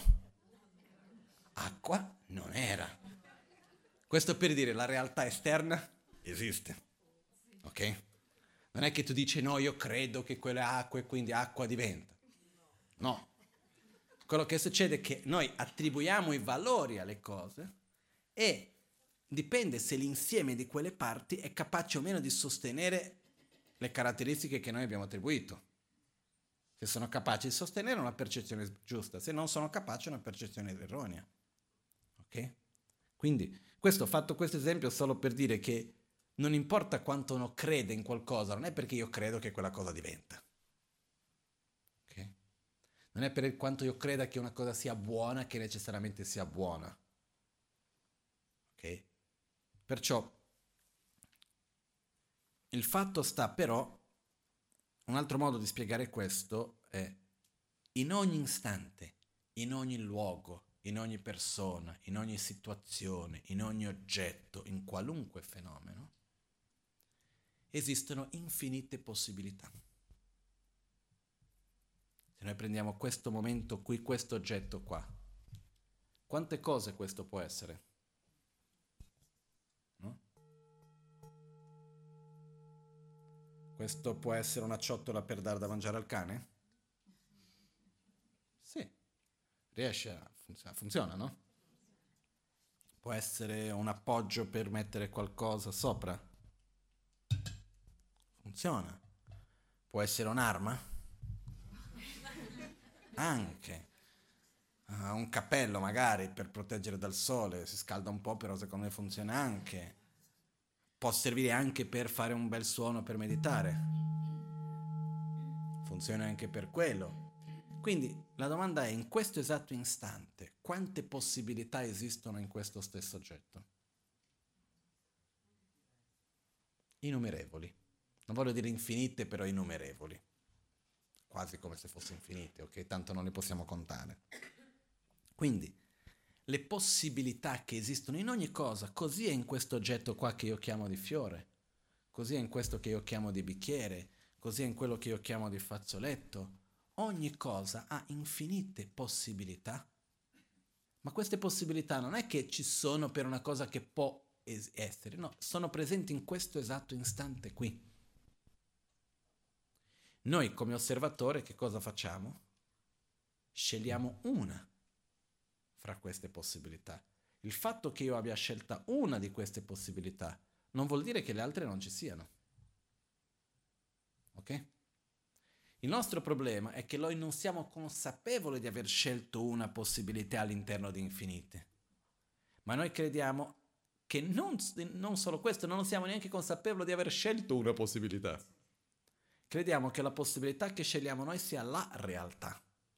acqua non era. Questo per dire, la realtà esterna esiste, ok? Non è che tu dici, no, io credo che quella è acqua e quindi acqua diventa. No. Quello che succede è che noi attribuiamo i valori alle cose e dipende se l'insieme di quelle parti è capace o meno di sostenere le caratteristiche che noi abbiamo attribuito. Se sono capaci di sostenere una percezione giusta, se non sono capaci una percezione erronea. Ok? Quindi, questo, ho fatto questo esempio solo per dire che non importa quanto uno crede in qualcosa, non è perché io credo che quella cosa diventa. Ok? Non è per quanto io creda che una cosa sia buona che necessariamente sia buona. Ok? Perciò, il fatto sta però... Un altro modo di spiegare questo è in ogni istante, in ogni luogo, in ogni persona, in ogni situazione, in ogni oggetto, in qualunque fenomeno, esistono infinite possibilità. Se noi prendiamo questo momento qui, questo oggetto qua, quante cose questo può essere? No? Questo può essere una ciotola per dare da mangiare al cane? Sì, riesce a funzionare, funziona, no? Può essere un appoggio per mettere qualcosa sopra? Funziona. Può essere un'arma? Anche. Uh, un cappello magari per proteggere dal sole, si scalda un po', però secondo me funziona anche. Può servire anche per fare un bel suono per meditare. Funziona anche per quello. Quindi la domanda è, in questo esatto istante, quante possibilità esistono in questo stesso oggetto? Innumerevoli. Non voglio dire infinite, però innumerevoli. Quasi come se fosse infinite, ok? Tanto non le possiamo contare. Quindi, le possibilità che esistono in ogni cosa, così è in questo oggetto qua che io chiamo di fiore, così è in questo che io chiamo di bicchiere, così è in quello che io chiamo di fazzoletto. Ogni cosa ha infinite possibilità. Ma queste possibilità non è che ci sono per una cosa che può es- essere, no, sono presenti in questo esatto istante qui. Noi come osservatore che cosa facciamo? Scegliamo una fra queste possibilità. Il fatto che io abbia scelta una di queste possibilità non vuol dire che le altre non ci siano. Ok? Il nostro problema è che noi non siamo consapevoli di aver scelto una possibilità all'interno di infinite. Ma noi crediamo che non, non solo questo, non siamo neanche consapevoli di aver scelto una possibilità. Crediamo che la possibilità che scegliamo noi sia la realtà.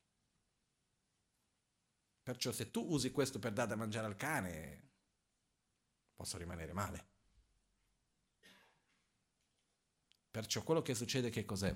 Perciò se tu usi questo per dare da mangiare al cane, posso rimanere male. Perciò quello che succede che cos'è?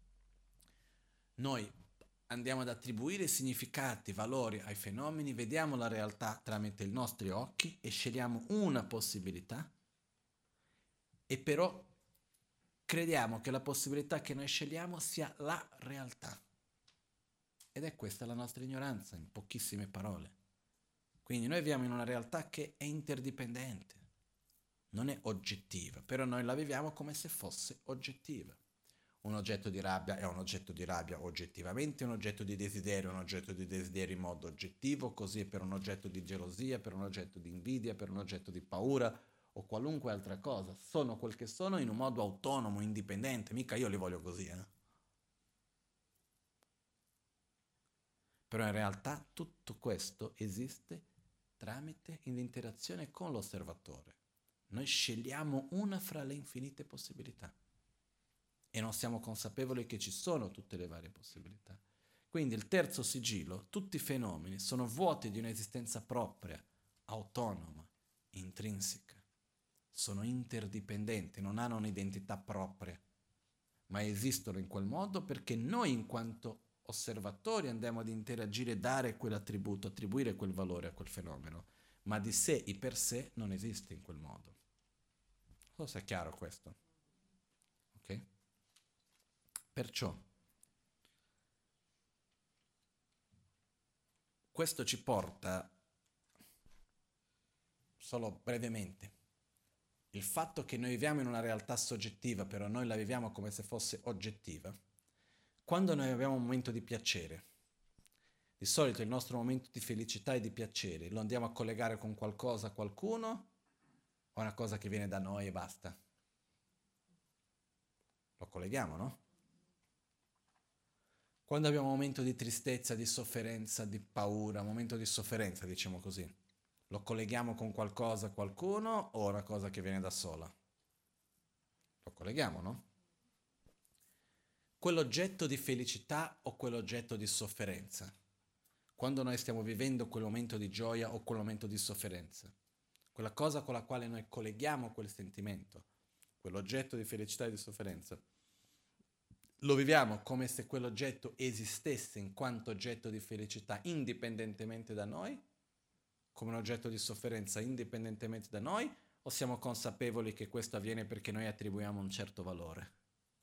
Noi andiamo ad attribuire significati, valori ai fenomeni, vediamo la realtà tramite i nostri occhi e scegliamo una possibilità e però crediamo che la possibilità che noi scegliamo sia la realtà. Ed è questa la nostra ignoranza, in pochissime parole. Quindi noi viviamo in una realtà che è interdipendente, non è oggettiva, però noi la viviamo come se fosse oggettiva. Un oggetto di rabbia è un oggetto di rabbia oggettivamente, un oggetto di desiderio è un oggetto di desiderio in modo oggettivo, così è per un oggetto di gelosia, per un oggetto di invidia, per un oggetto di paura o qualunque altra cosa. Sono quel che sono in un modo autonomo, indipendente, mica io li voglio così, eh. Però in realtà tutto questo esiste tramite l'interazione con l'osservatore. Noi scegliamo una fra le infinite possibilità e non siamo consapevoli che ci sono tutte le varie possibilità. Quindi il terzo sigillo, tutti i fenomeni sono vuoti di un'esistenza propria, autonoma, intrinseca. Sono interdipendenti, non hanno un'identità propria, ma esistono in quel modo perché noi in quanto osservatori andiamo ad interagire e dare quell'attributo, attribuire quel valore a quel fenomeno, ma di sé e per sé non esiste in quel modo. Non so se è chiaro questo. Ok? Perciò questo ci porta, solo brevemente, il fatto che noi viviamo in una realtà soggettiva, però noi la viviamo come se fosse oggettiva. Quando noi abbiamo un momento di piacere, di solito il nostro momento di felicità e di piacere lo andiamo a collegare con qualcosa, qualcuno, o una cosa che viene da noi e basta? Lo colleghiamo, no? Quando abbiamo un momento di tristezza, di sofferenza, di paura, un momento di sofferenza, diciamo così, lo colleghiamo con qualcosa, qualcuno, o una cosa che viene da sola? Lo colleghiamo, no? Quell'oggetto di felicità o quell'oggetto di sofferenza? Quando noi stiamo vivendo quel momento di gioia o quel momento di sofferenza? Quella cosa con la quale noi colleghiamo quel sentimento, quell'oggetto di felicità e di sofferenza, lo viviamo come se quell'oggetto esistesse in quanto oggetto di felicità indipendentemente da noi, come un oggetto di sofferenza indipendentemente da noi, o siamo consapevoli che questo avviene perché noi attribuiamo un certo valore?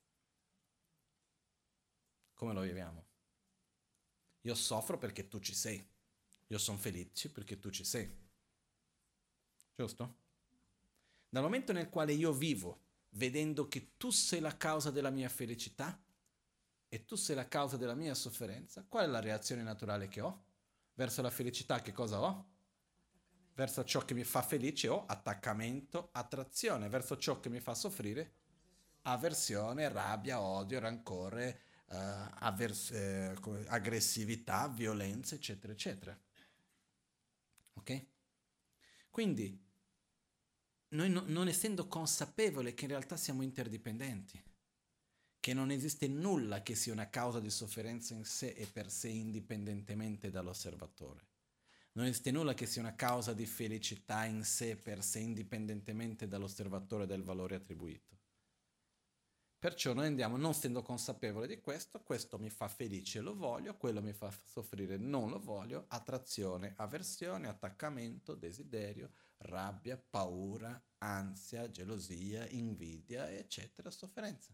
Come lo viviamo? Io soffro perché tu ci sei, io sono felice perché tu ci sei, giusto? Dal momento nel quale io vivo vedendo che tu sei la causa della mia felicità e tu sei la causa della mia sofferenza, qual è la reazione naturale che ho? Verso la felicità che cosa ho? Verso ciò che mi fa felice ho attaccamento, attrazione, verso ciò che mi fa soffrire avversione, rabbia, odio, rancore, eh, avvers- eh, aggressività, violenza, eccetera, eccetera. Ok? Quindi, noi no, non essendo consapevoli che in realtà siamo interdipendenti, che non esiste nulla che sia una causa di sofferenza in sé e per sé indipendentemente dall'osservatore, Non esiste nulla che sia una causa di felicità in sé per sé, indipendentemente dall'osservatore del valore attribuito. Perciò noi andiamo non essendo consapevoli di questo, questo mi fa felice, lo voglio, quello mi fa soffrire, non lo voglio, attrazione, avversione, attaccamento, desiderio, rabbia, paura, ansia, gelosia, invidia, eccetera, sofferenza.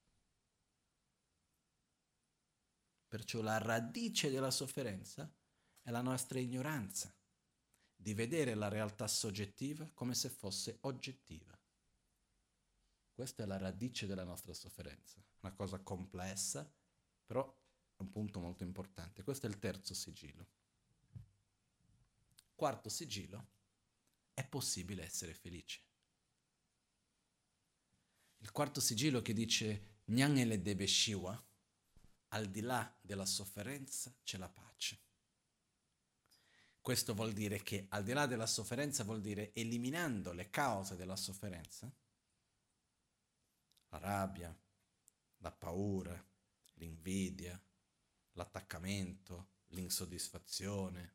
Perciò la radice della sofferenza è la nostra ignoranza di vedere la realtà soggettiva come se fosse oggettiva. Questa è la radice della nostra sofferenza, una cosa complessa, però è un punto molto importante. Questo è il terzo sigillo. Quarto sigillo, è possibile essere felici. Il quarto sigillo che dice Nyanele debe shiwa, al di là della sofferenza c'è la pace. Questo vuol dire che al di là della sofferenza vuol dire eliminando le cause della sofferenza, la rabbia, la paura, l'invidia, l'attaccamento, l'insoddisfazione,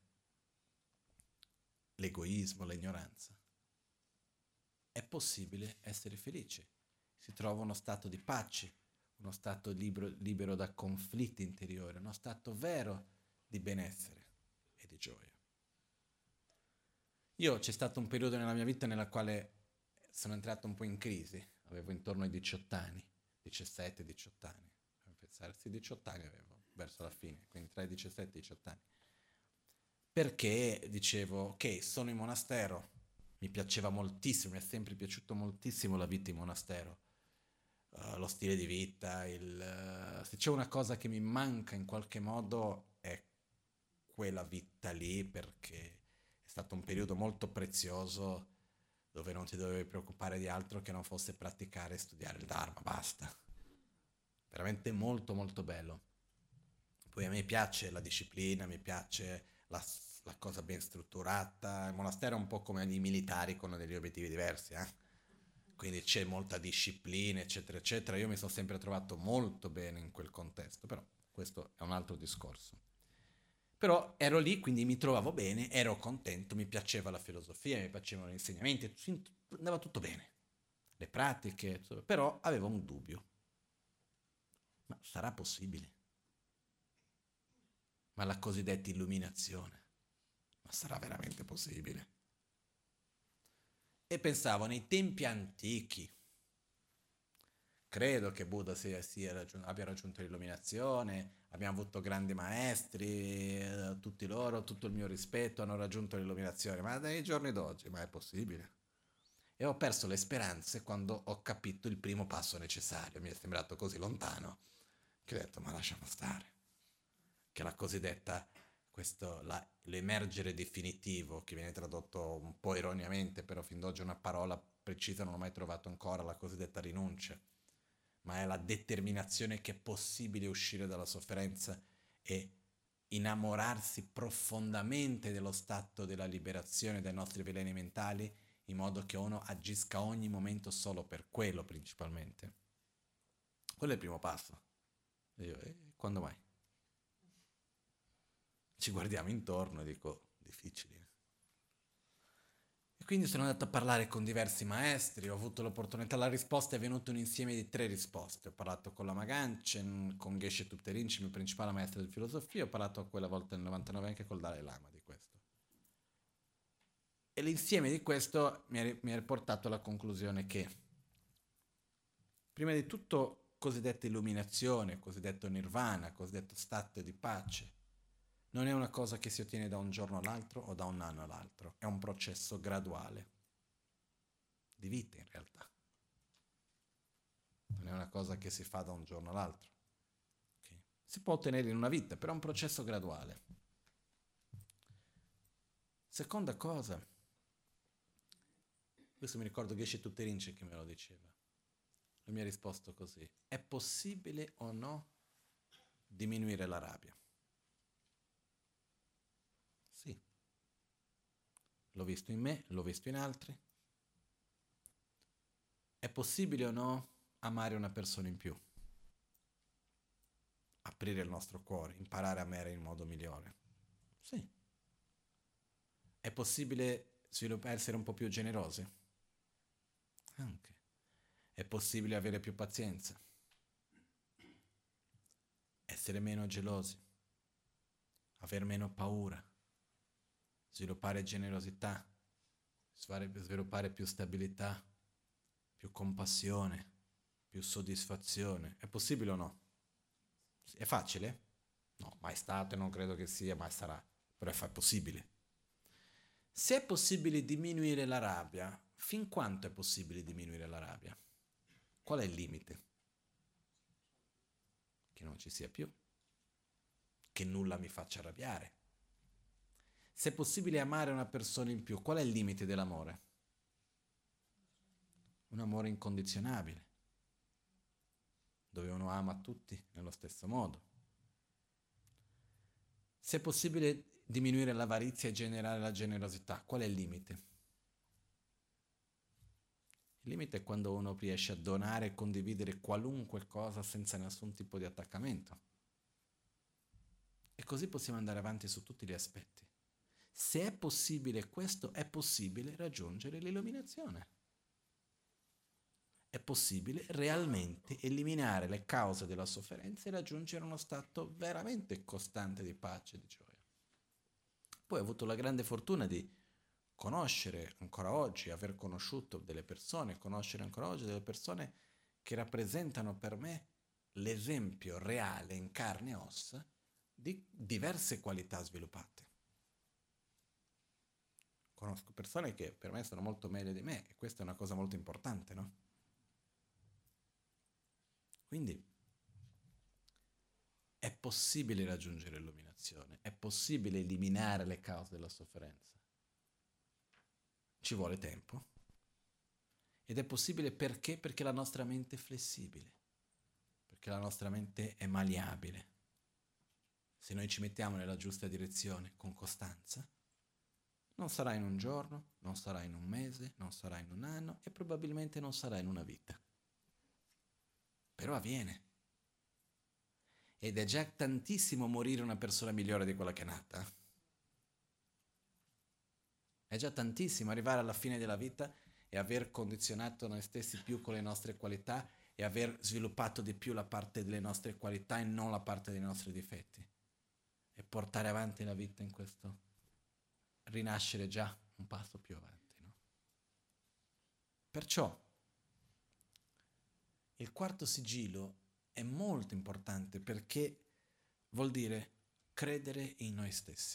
l'egoismo, l'ignoranza. È possibile essere felici. Si trova uno stato di pace, uno stato libero, libero da conflitti interiori, uno stato vero di benessere e di gioia. Io c'è stato un periodo nella mia vita nella quale sono entrato un po' in crisi, avevo intorno ai diciotto anni, diciassette diciotto anni, pensare, sì, diciotto anni avevo, verso la fine, quindi tra i diciassette e i diciotto anni. Perché dicevo, ok, sono in monastero, mi piaceva moltissimo, mi è sempre piaciuto moltissimo la vita in monastero, uh, lo stile di vita, il, uh, se c'è una cosa che mi manca in qualche modo è quella vita lì, perché è stato un periodo molto prezioso dove non ti dovevi preoccupare di altro che non fosse praticare e studiare il Dharma, basta. Veramente molto molto bello. Poi a me piace la disciplina, mi piace la, la cosa ben strutturata. Il monastero è un po' come i militari con degli obiettivi diversi, eh? Quindi c'è molta disciplina, eccetera, eccetera. Io mi sono sempre trovato molto bene in quel contesto, però questo è un altro discorso. Però ero lì, quindi mi trovavo bene, ero contento, mi piaceva la filosofia, mi piacevano gli insegnamenti, andava tutto bene, le pratiche, però avevo un dubbio. Ma sarà possibile? Ma la cosiddetta illuminazione, ma sarà veramente possibile? E pensavo nei tempi antichi, credo che Buddha sia, sia raggiun- abbia raggiunto l'illuminazione, abbiamo avuto grandi maestri, eh, tutti loro, tutto il mio rispetto, hanno raggiunto l'illuminazione, ma nei giorni d'oggi, ma è possibile? E ho perso le speranze quando ho capito il primo passo necessario, mi è sembrato così lontano, che ho detto, ma lasciamo stare, che la cosiddetta, questo, la, l'emergere definitivo, che viene tradotto un po' erroneamente, però fin d'oggi una parola precisa non ho mai trovato ancora, la cosiddetta rinuncia, ma è la determinazione che è possibile uscire dalla sofferenza e innamorarsi profondamente dello stato della liberazione dai nostri veleni mentali, in modo che uno agisca a ogni momento solo per quello principalmente. Quello è il primo passo. E io, eh, quando mai? Ci guardiamo intorno e dico, difficili. E quindi sono andato a parlare con diversi maestri, ho avuto l'opportunità, la risposta è venuta un insieme di tre risposte. Ho parlato con la Maganchen, con Geshe Thupten Rinpoche, il mio principale maestro di filosofia, ho parlato a quella volta nel novantanove anche col Dalai Lama di questo. E l'insieme di questo mi ha, mi ha portato alla conclusione che, prima di tutto, cosiddetta illuminazione, cosiddetto nirvana, cosiddetto stato di pace, non è una cosa che si ottiene da un giorno all'altro o da un anno all'altro, è un processo graduale, di vita in realtà. Non è una cosa che si fa da un giorno all'altro. Okay? Si può ottenere in una vita, però è un processo graduale. Seconda cosa, questo mi ricordo Geshe Thupten Rinpoche che me lo diceva. Lui mi ha risposto così: è possibile o no diminuire la rabbia? Sì. L'ho visto in me, l'ho visto in altri. È possibile o no amare una persona in più? Aprire il nostro cuore, imparare a amare in modo migliore? Sì. È possibile svilupp- essere un po' più generosi? Anche. È possibile avere più pazienza? Essere meno gelosi? Aver meno paura? Sviluppare generosità? Sviluppare più stabilità? Più compassione? Più soddisfazione? È possibile o no? È facile? No, mai stato e non credo che sia, mai sarà. Però è fa- possibile. Se è possibile diminuire la rabbia, fin quanto è possibile diminuire la rabbia? Qual è il limite? Che non ci sia più, che nulla mi faccia arrabbiare. Se è possibile amare una persona in più, qual è il limite dell'amore? Un amore incondizionabile, dove uno ama tutti nello stesso modo. Se è possibile diminuire l'avarizia e generare la generosità, qual è il limite? Il limite è quando uno riesce a donare e condividere qualunque cosa senza nessun tipo di attaccamento. E così possiamo andare avanti su tutti gli aspetti. Se è possibile questo, è possibile raggiungere l'illuminazione. È possibile realmente eliminare le cause della sofferenza e raggiungere uno stato veramente costante di pace e di gioia. Poi ho avuto la grande fortuna di conoscere ancora oggi, aver conosciuto delle persone, conoscere ancora oggi delle persone che rappresentano per me l'esempio reale in carne e ossa di diverse qualità sviluppate. Conosco persone che per me sono molto meglio di me e questa è una cosa molto importante, no? Quindi è possibile raggiungere l'illuminazione, è possibile eliminare le cause della sofferenza. Ci vuole tempo. Ed è possibile perché? Perché la nostra mente è flessibile, perché la nostra mente è malleabile. Se noi ci mettiamo nella giusta direzione con costanza, non sarà in un giorno, non sarà in un mese, non sarà in un anno e probabilmente non sarà in una vita. Però avviene. Ed è già tantissimo morire una persona migliore di quella che è nata. È già tantissimo arrivare alla fine della vita e aver condizionato noi stessi più con le nostre qualità e aver sviluppato di più la parte delle nostre qualità e non la parte dei nostri difetti. E portare avanti la vita in questo rinascere già un passo più avanti, no? Perciò il quarto sigillo è molto importante perché vuol dire credere in noi stessi.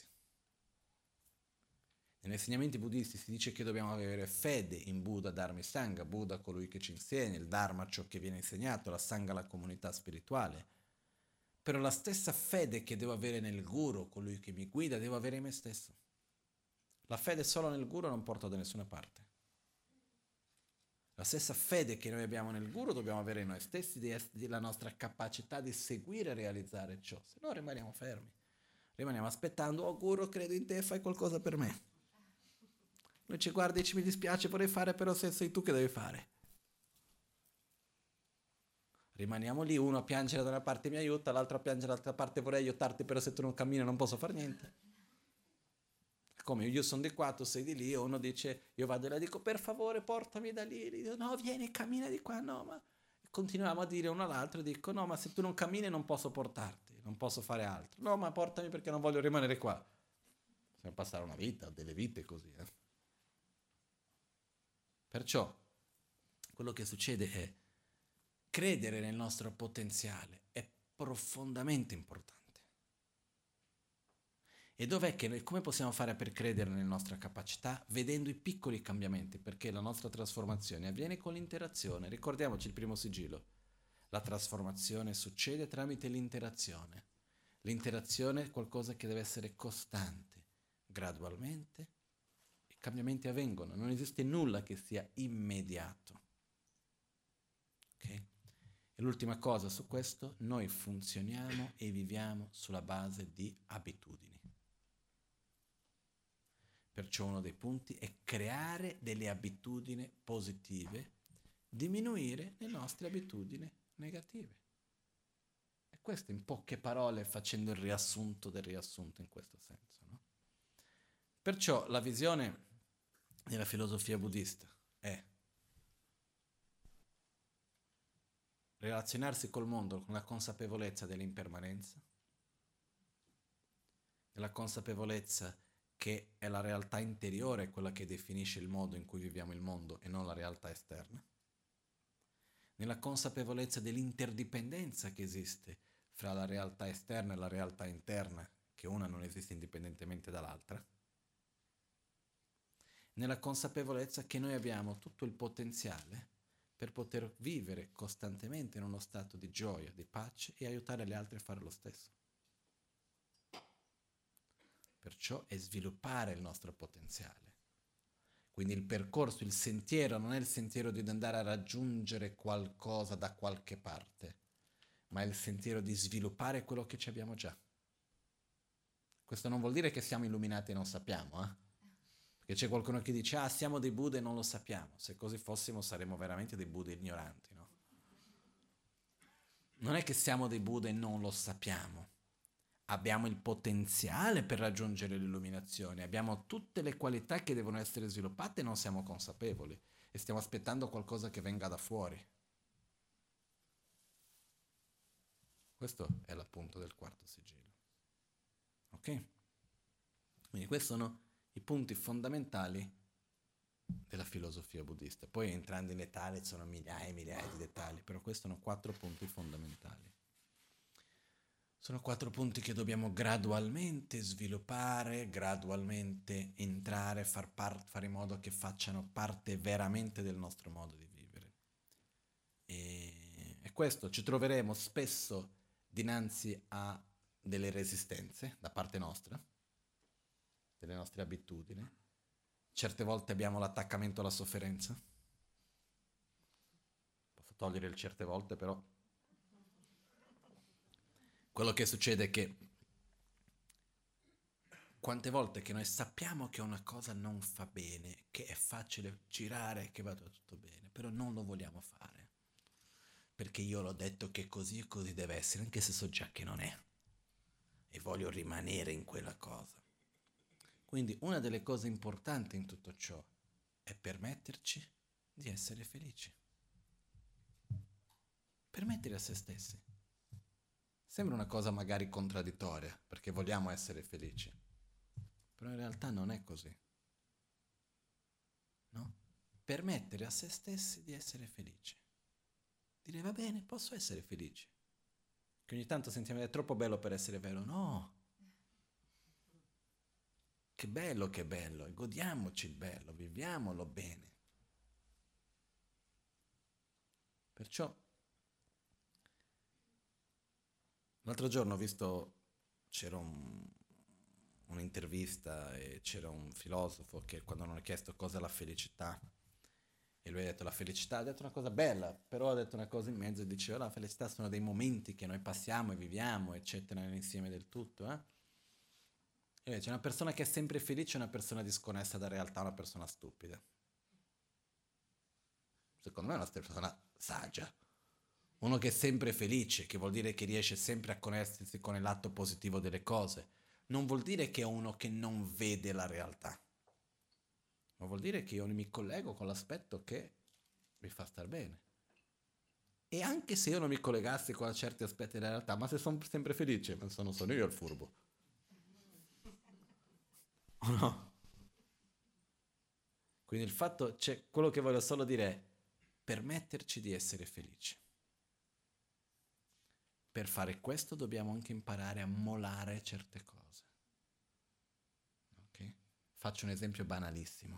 Negli insegnamenti buddisti si dice che dobbiamo avere fede in Buddha, Dharma e Sangha, Buddha colui che ci insegna, il Dharma ciò che viene insegnato, la Sangha la comunità spirituale. Però la stessa fede che devo avere nel Guru, colui che mi guida, devo avere in me stesso. La fede solo nel Guru non porta da nessuna parte. La stessa fede che noi abbiamo nel Guru dobbiamo avere in noi stessi, della nostra capacità di seguire e realizzare ciò, se no rimaniamo fermi. Rimaniamo aspettando, oh Guru, credo in te, fai qualcosa per me. Lui ci guarda e dice, mi dispiace, vorrei fare, però se sei tu che devi fare. Rimaniamo lì, uno a piangere da una parte mi aiuta, l'altro a piangere dall'altra parte vorrei aiutarti, però se tu non cammini non posso fare niente. Come io sono di qua, tu sei di lì, e uno dice, io vado là e dico, per favore portami da lì, e dico, no vieni, cammina di qua, no, ma... Continuiamo a dire uno all'altro e dico, no, ma se tu non cammini non posso portarti, non posso fare altro. No, ma portami perché non voglio rimanere qua. Possiamo passare una vita, delle vite così, eh. Perciò, quello che succede è credere nel nostro potenziale è profondamente importante. E dov'è che noi, come possiamo fare per credere nelle nostre capacità? Vedendo i piccoli cambiamenti, perché la nostra trasformazione avviene con l'interazione. Ricordiamoci il primo sigillo. La trasformazione succede tramite l'interazione. L'interazione è qualcosa che deve essere costante, gradualmente. I cambiamenti avvengono, non esiste nulla che sia immediato. Ok? E l'ultima cosa su questo, noi funzioniamo e viviamo sulla base di abitudini. Perciò uno dei punti è creare delle abitudini positive, diminuire le nostre abitudini negative. E questo in poche parole facendo il riassunto del riassunto in questo senso, no? Perciò la visione della filosofia buddista è relazionarsi col mondo con la consapevolezza dell'impermanenza, della consapevolezza che è la realtà interiore quella che definisce il modo in cui viviamo il mondo e non la realtà esterna, nella consapevolezza dell'interdipendenza che esiste fra la realtà esterna e la realtà interna, che una non esiste indipendentemente dall'altra, nella consapevolezza che noi abbiamo tutto il potenziale per poter vivere costantemente in uno stato di gioia, di pace e aiutare gli altri a fare lo stesso. Perciò è sviluppare il nostro potenziale. Quindi il percorso, il sentiero non è il sentiero di andare a raggiungere qualcosa da qualche parte, ma è il sentiero di sviluppare quello che ci abbiamo già. Questo non vuol dire che siamo illuminati e non sappiamo, eh? Perché c'è qualcuno che dice, ah, siamo dei Buddha e non lo sappiamo. Se così fossimo saremmo veramente dei Buddha ignoranti, no? Non è che siamo dei Buddha e non lo sappiamo. Abbiamo il potenziale per raggiungere l'illuminazione, abbiamo tutte le qualità che devono essere sviluppate e non siamo consapevoli e stiamo aspettando qualcosa che venga da fuori. Questo è l'appunto del quarto sigillo. Ok? Quindi questi sono i punti fondamentali della filosofia buddista. Poi entrando in dettagli sono migliaia e migliaia di dettagli, però questi sono quattro punti fondamentali. Sono quattro punti che dobbiamo gradualmente sviluppare, gradualmente entrare, far par- fare in modo che facciano parte veramente del nostro modo di vivere. E, e questo ci troveremo spesso dinanzi a delle resistenze da parte nostra, delle nostre abitudini. Certe volte abbiamo l'attaccamento alla sofferenza. Posso togliere il certe volte, però quello che succede è che quante volte che noi sappiamo che una cosa non fa bene, che è facile girare, che vada tutto bene, però non lo vogliamo fare. Perché io l'ho detto che così e così deve essere, anche se so già che non è. E voglio rimanere in quella cosa. Quindi una delle cose importanti in tutto ciò è permetterci di essere felici. Permettere a se stessi. Sembra una cosa magari contraddittoria, perché vogliamo essere felici. Però in realtà non è così. No? Permettere a se stessi di essere felici. Dire va bene, posso essere felice. Che ogni tanto sentiamo è troppo bello per essere vero. No. Che bello, che bello. Godiamoci il bello, viviamolo bene. Perciò l'altro giorno ho visto, c'era un, un'intervista e c'era un filosofo che quando hanno chiesto cosa è la felicità, e lui ha detto la felicità, ha detto una cosa bella, però ha detto una cosa in mezzo e diceva la felicità sono dei momenti che noi passiamo e viviamo, eccetera, nell'insieme del tutto. Eh? E invece una persona che è sempre felice è una persona disconnessa da realtà, una persona stupida. Secondo me è una persona saggia. Uno che è sempre felice, che vuol dire che riesce sempre a connettersi con l'atto positivo delle cose, non vuol dire che è uno che non vede la realtà, ma vuol dire che io mi collego con l'aspetto che mi fa star bene. E anche se io non mi collegassi con certi aspetti della realtà, ma se sono sempre felice, non sono, sono io il furbo. O no? Quindi il fatto, cioè, quello che voglio solo dire è permetterci di essere felici. Per fare questo dobbiamo anche imparare a molare certe cose. Okay? Faccio un esempio banalissimo.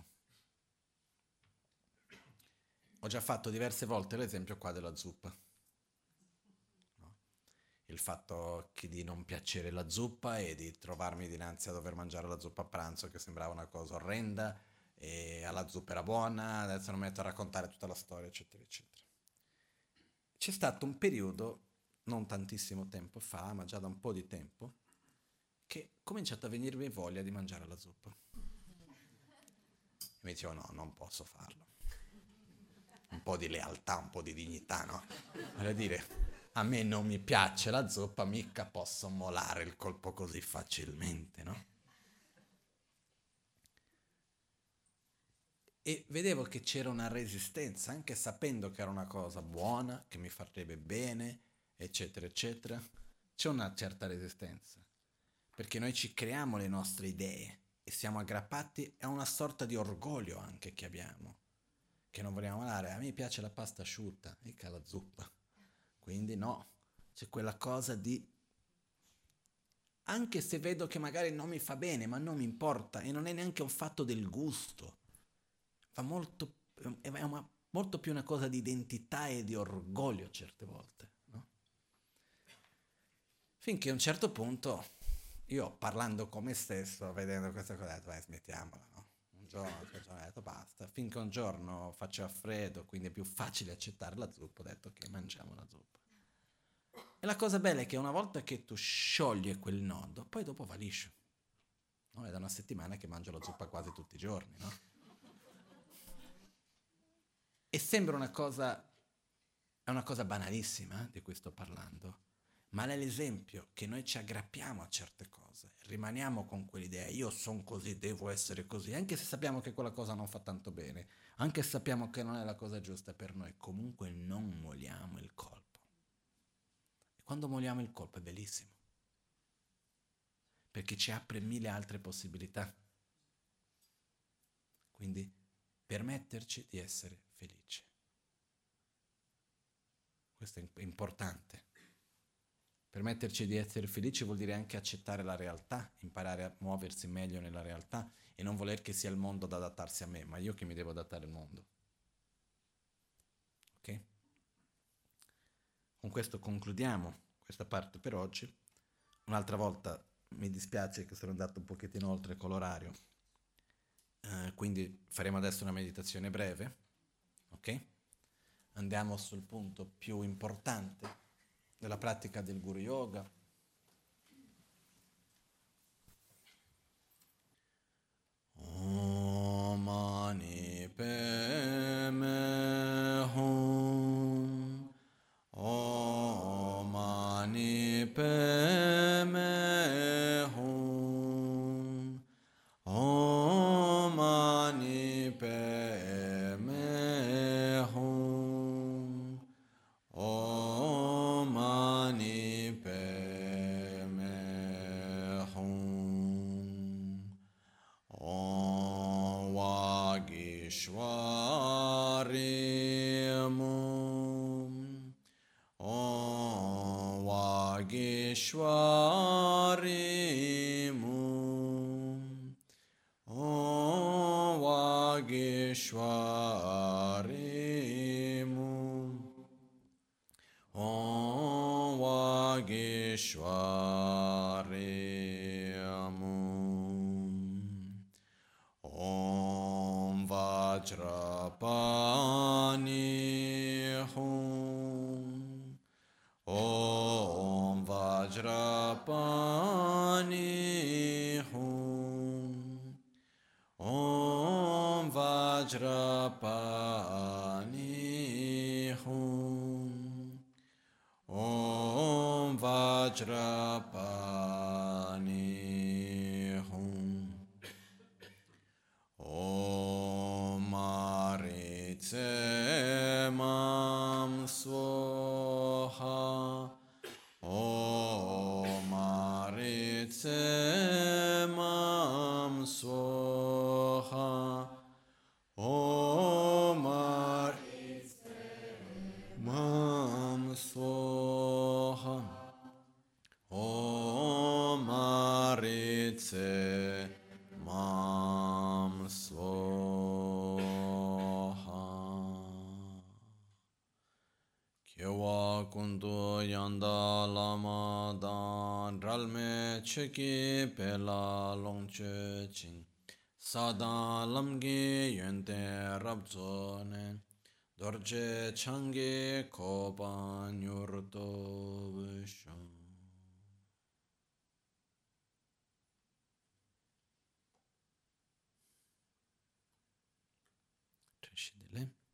Ho già fatto diverse volte l'esempio qua della zuppa. No? Il fatto che di non piacere la zuppa e di trovarmi dinanzi a dover mangiare la zuppa a pranzo che sembrava una cosa orrenda e alla zuppa era buona, adesso non mi metto a raccontare tutta la storia, eccetera, eccetera. C'è stato un periodo, non tantissimo tempo fa, ma già da un po' di tempo, che è cominciato a venirmi voglia di mangiare la zuppa. E mi dicevo no, non posso farlo. Un po' di lealtà, un po' di dignità, no? Voglio dire, a me non mi piace la zuppa, mica posso molare il colpo così facilmente, no? e vedevo che c'era una resistenza, anche sapendo che era una cosa buona, che mi farebbe bene, eccetera, eccetera. C'è una certa resistenza, perché noi ci creiamo le nostre idee e siamo aggrappati a una sorta di orgoglio anche che abbiamo, che non vogliamo dare. A me piace la pasta asciutta, mica la zuppa. Quindi no, c'è quella cosa di anche se vedo che magari non mi fa bene, ma non mi importa e non è neanche un fatto del gusto, fa molto, è una, molto più una cosa di identità e di orgoglio certe volte, no? Finché a un certo punto, io parlando con me stesso, vedendo questa cosa, ho detto, vai, smettiamola, no? Un giorno ho detto basta, finché un giorno faceva freddo, quindi è più facile accettare la zuppa, ho detto che mangiamo la zuppa. E la cosa bella è che una volta che tu sciogli quel nodo, poi dopo va liscio. No? È da una settimana che mangio la zuppa quasi tutti i giorni, no? E sembra una cosa, è una cosa banalissima eh, di cui sto parlando, ma è l'esempio che noi ci aggrappiamo a certe cose, rimaniamo con quell'idea, io sono così, devo essere così, anche se sappiamo che quella cosa non fa tanto bene, anche se sappiamo che non è la cosa giusta per noi, comunque non molliamo il colpo. E quando molliamo il colpo è bellissimo, perché ci apre mille altre possibilità. Quindi permetterci di essere felici. Questo è importante. Permetterci di essere felici vuol dire anche accettare la realtà, imparare a muoversi meglio nella realtà e non voler che sia il mondo ad adattarsi a me, ma io che mi devo adattare al mondo. Ok? Con questo concludiamo questa parte per oggi. Un'altra volta mi dispiace che sono andato un pochettino oltre con l'orario, eh, quindi faremo adesso una meditazione breve, ok? Andiamo sul punto più importante della pratica del Guru Yoga. Om Mani Padme Hum. Om Mani Padme Hum. Om Mani Padme Hum. Om Mani Padme Hum. Om Vagishvari Mum. Om Vagishvari Mum. Om Vagishvari Mum. Om Vagishvari Mum. Om Vajrapani Hum. Om Vajrapani Hum. Om Vajrapani Hum. Om Vajrapani Hum. Om Maritse Mam Swaha. Om Maritse Mam Swaha. Om Maritse Mam Swaha. Om Maritse Mam Swaha. Kyewa kundu yanda lama dan dralme cheki pela longche ching. Sadan lamgi yente rabzone. Dorje changi kopa nyurto vishan. Trascidile.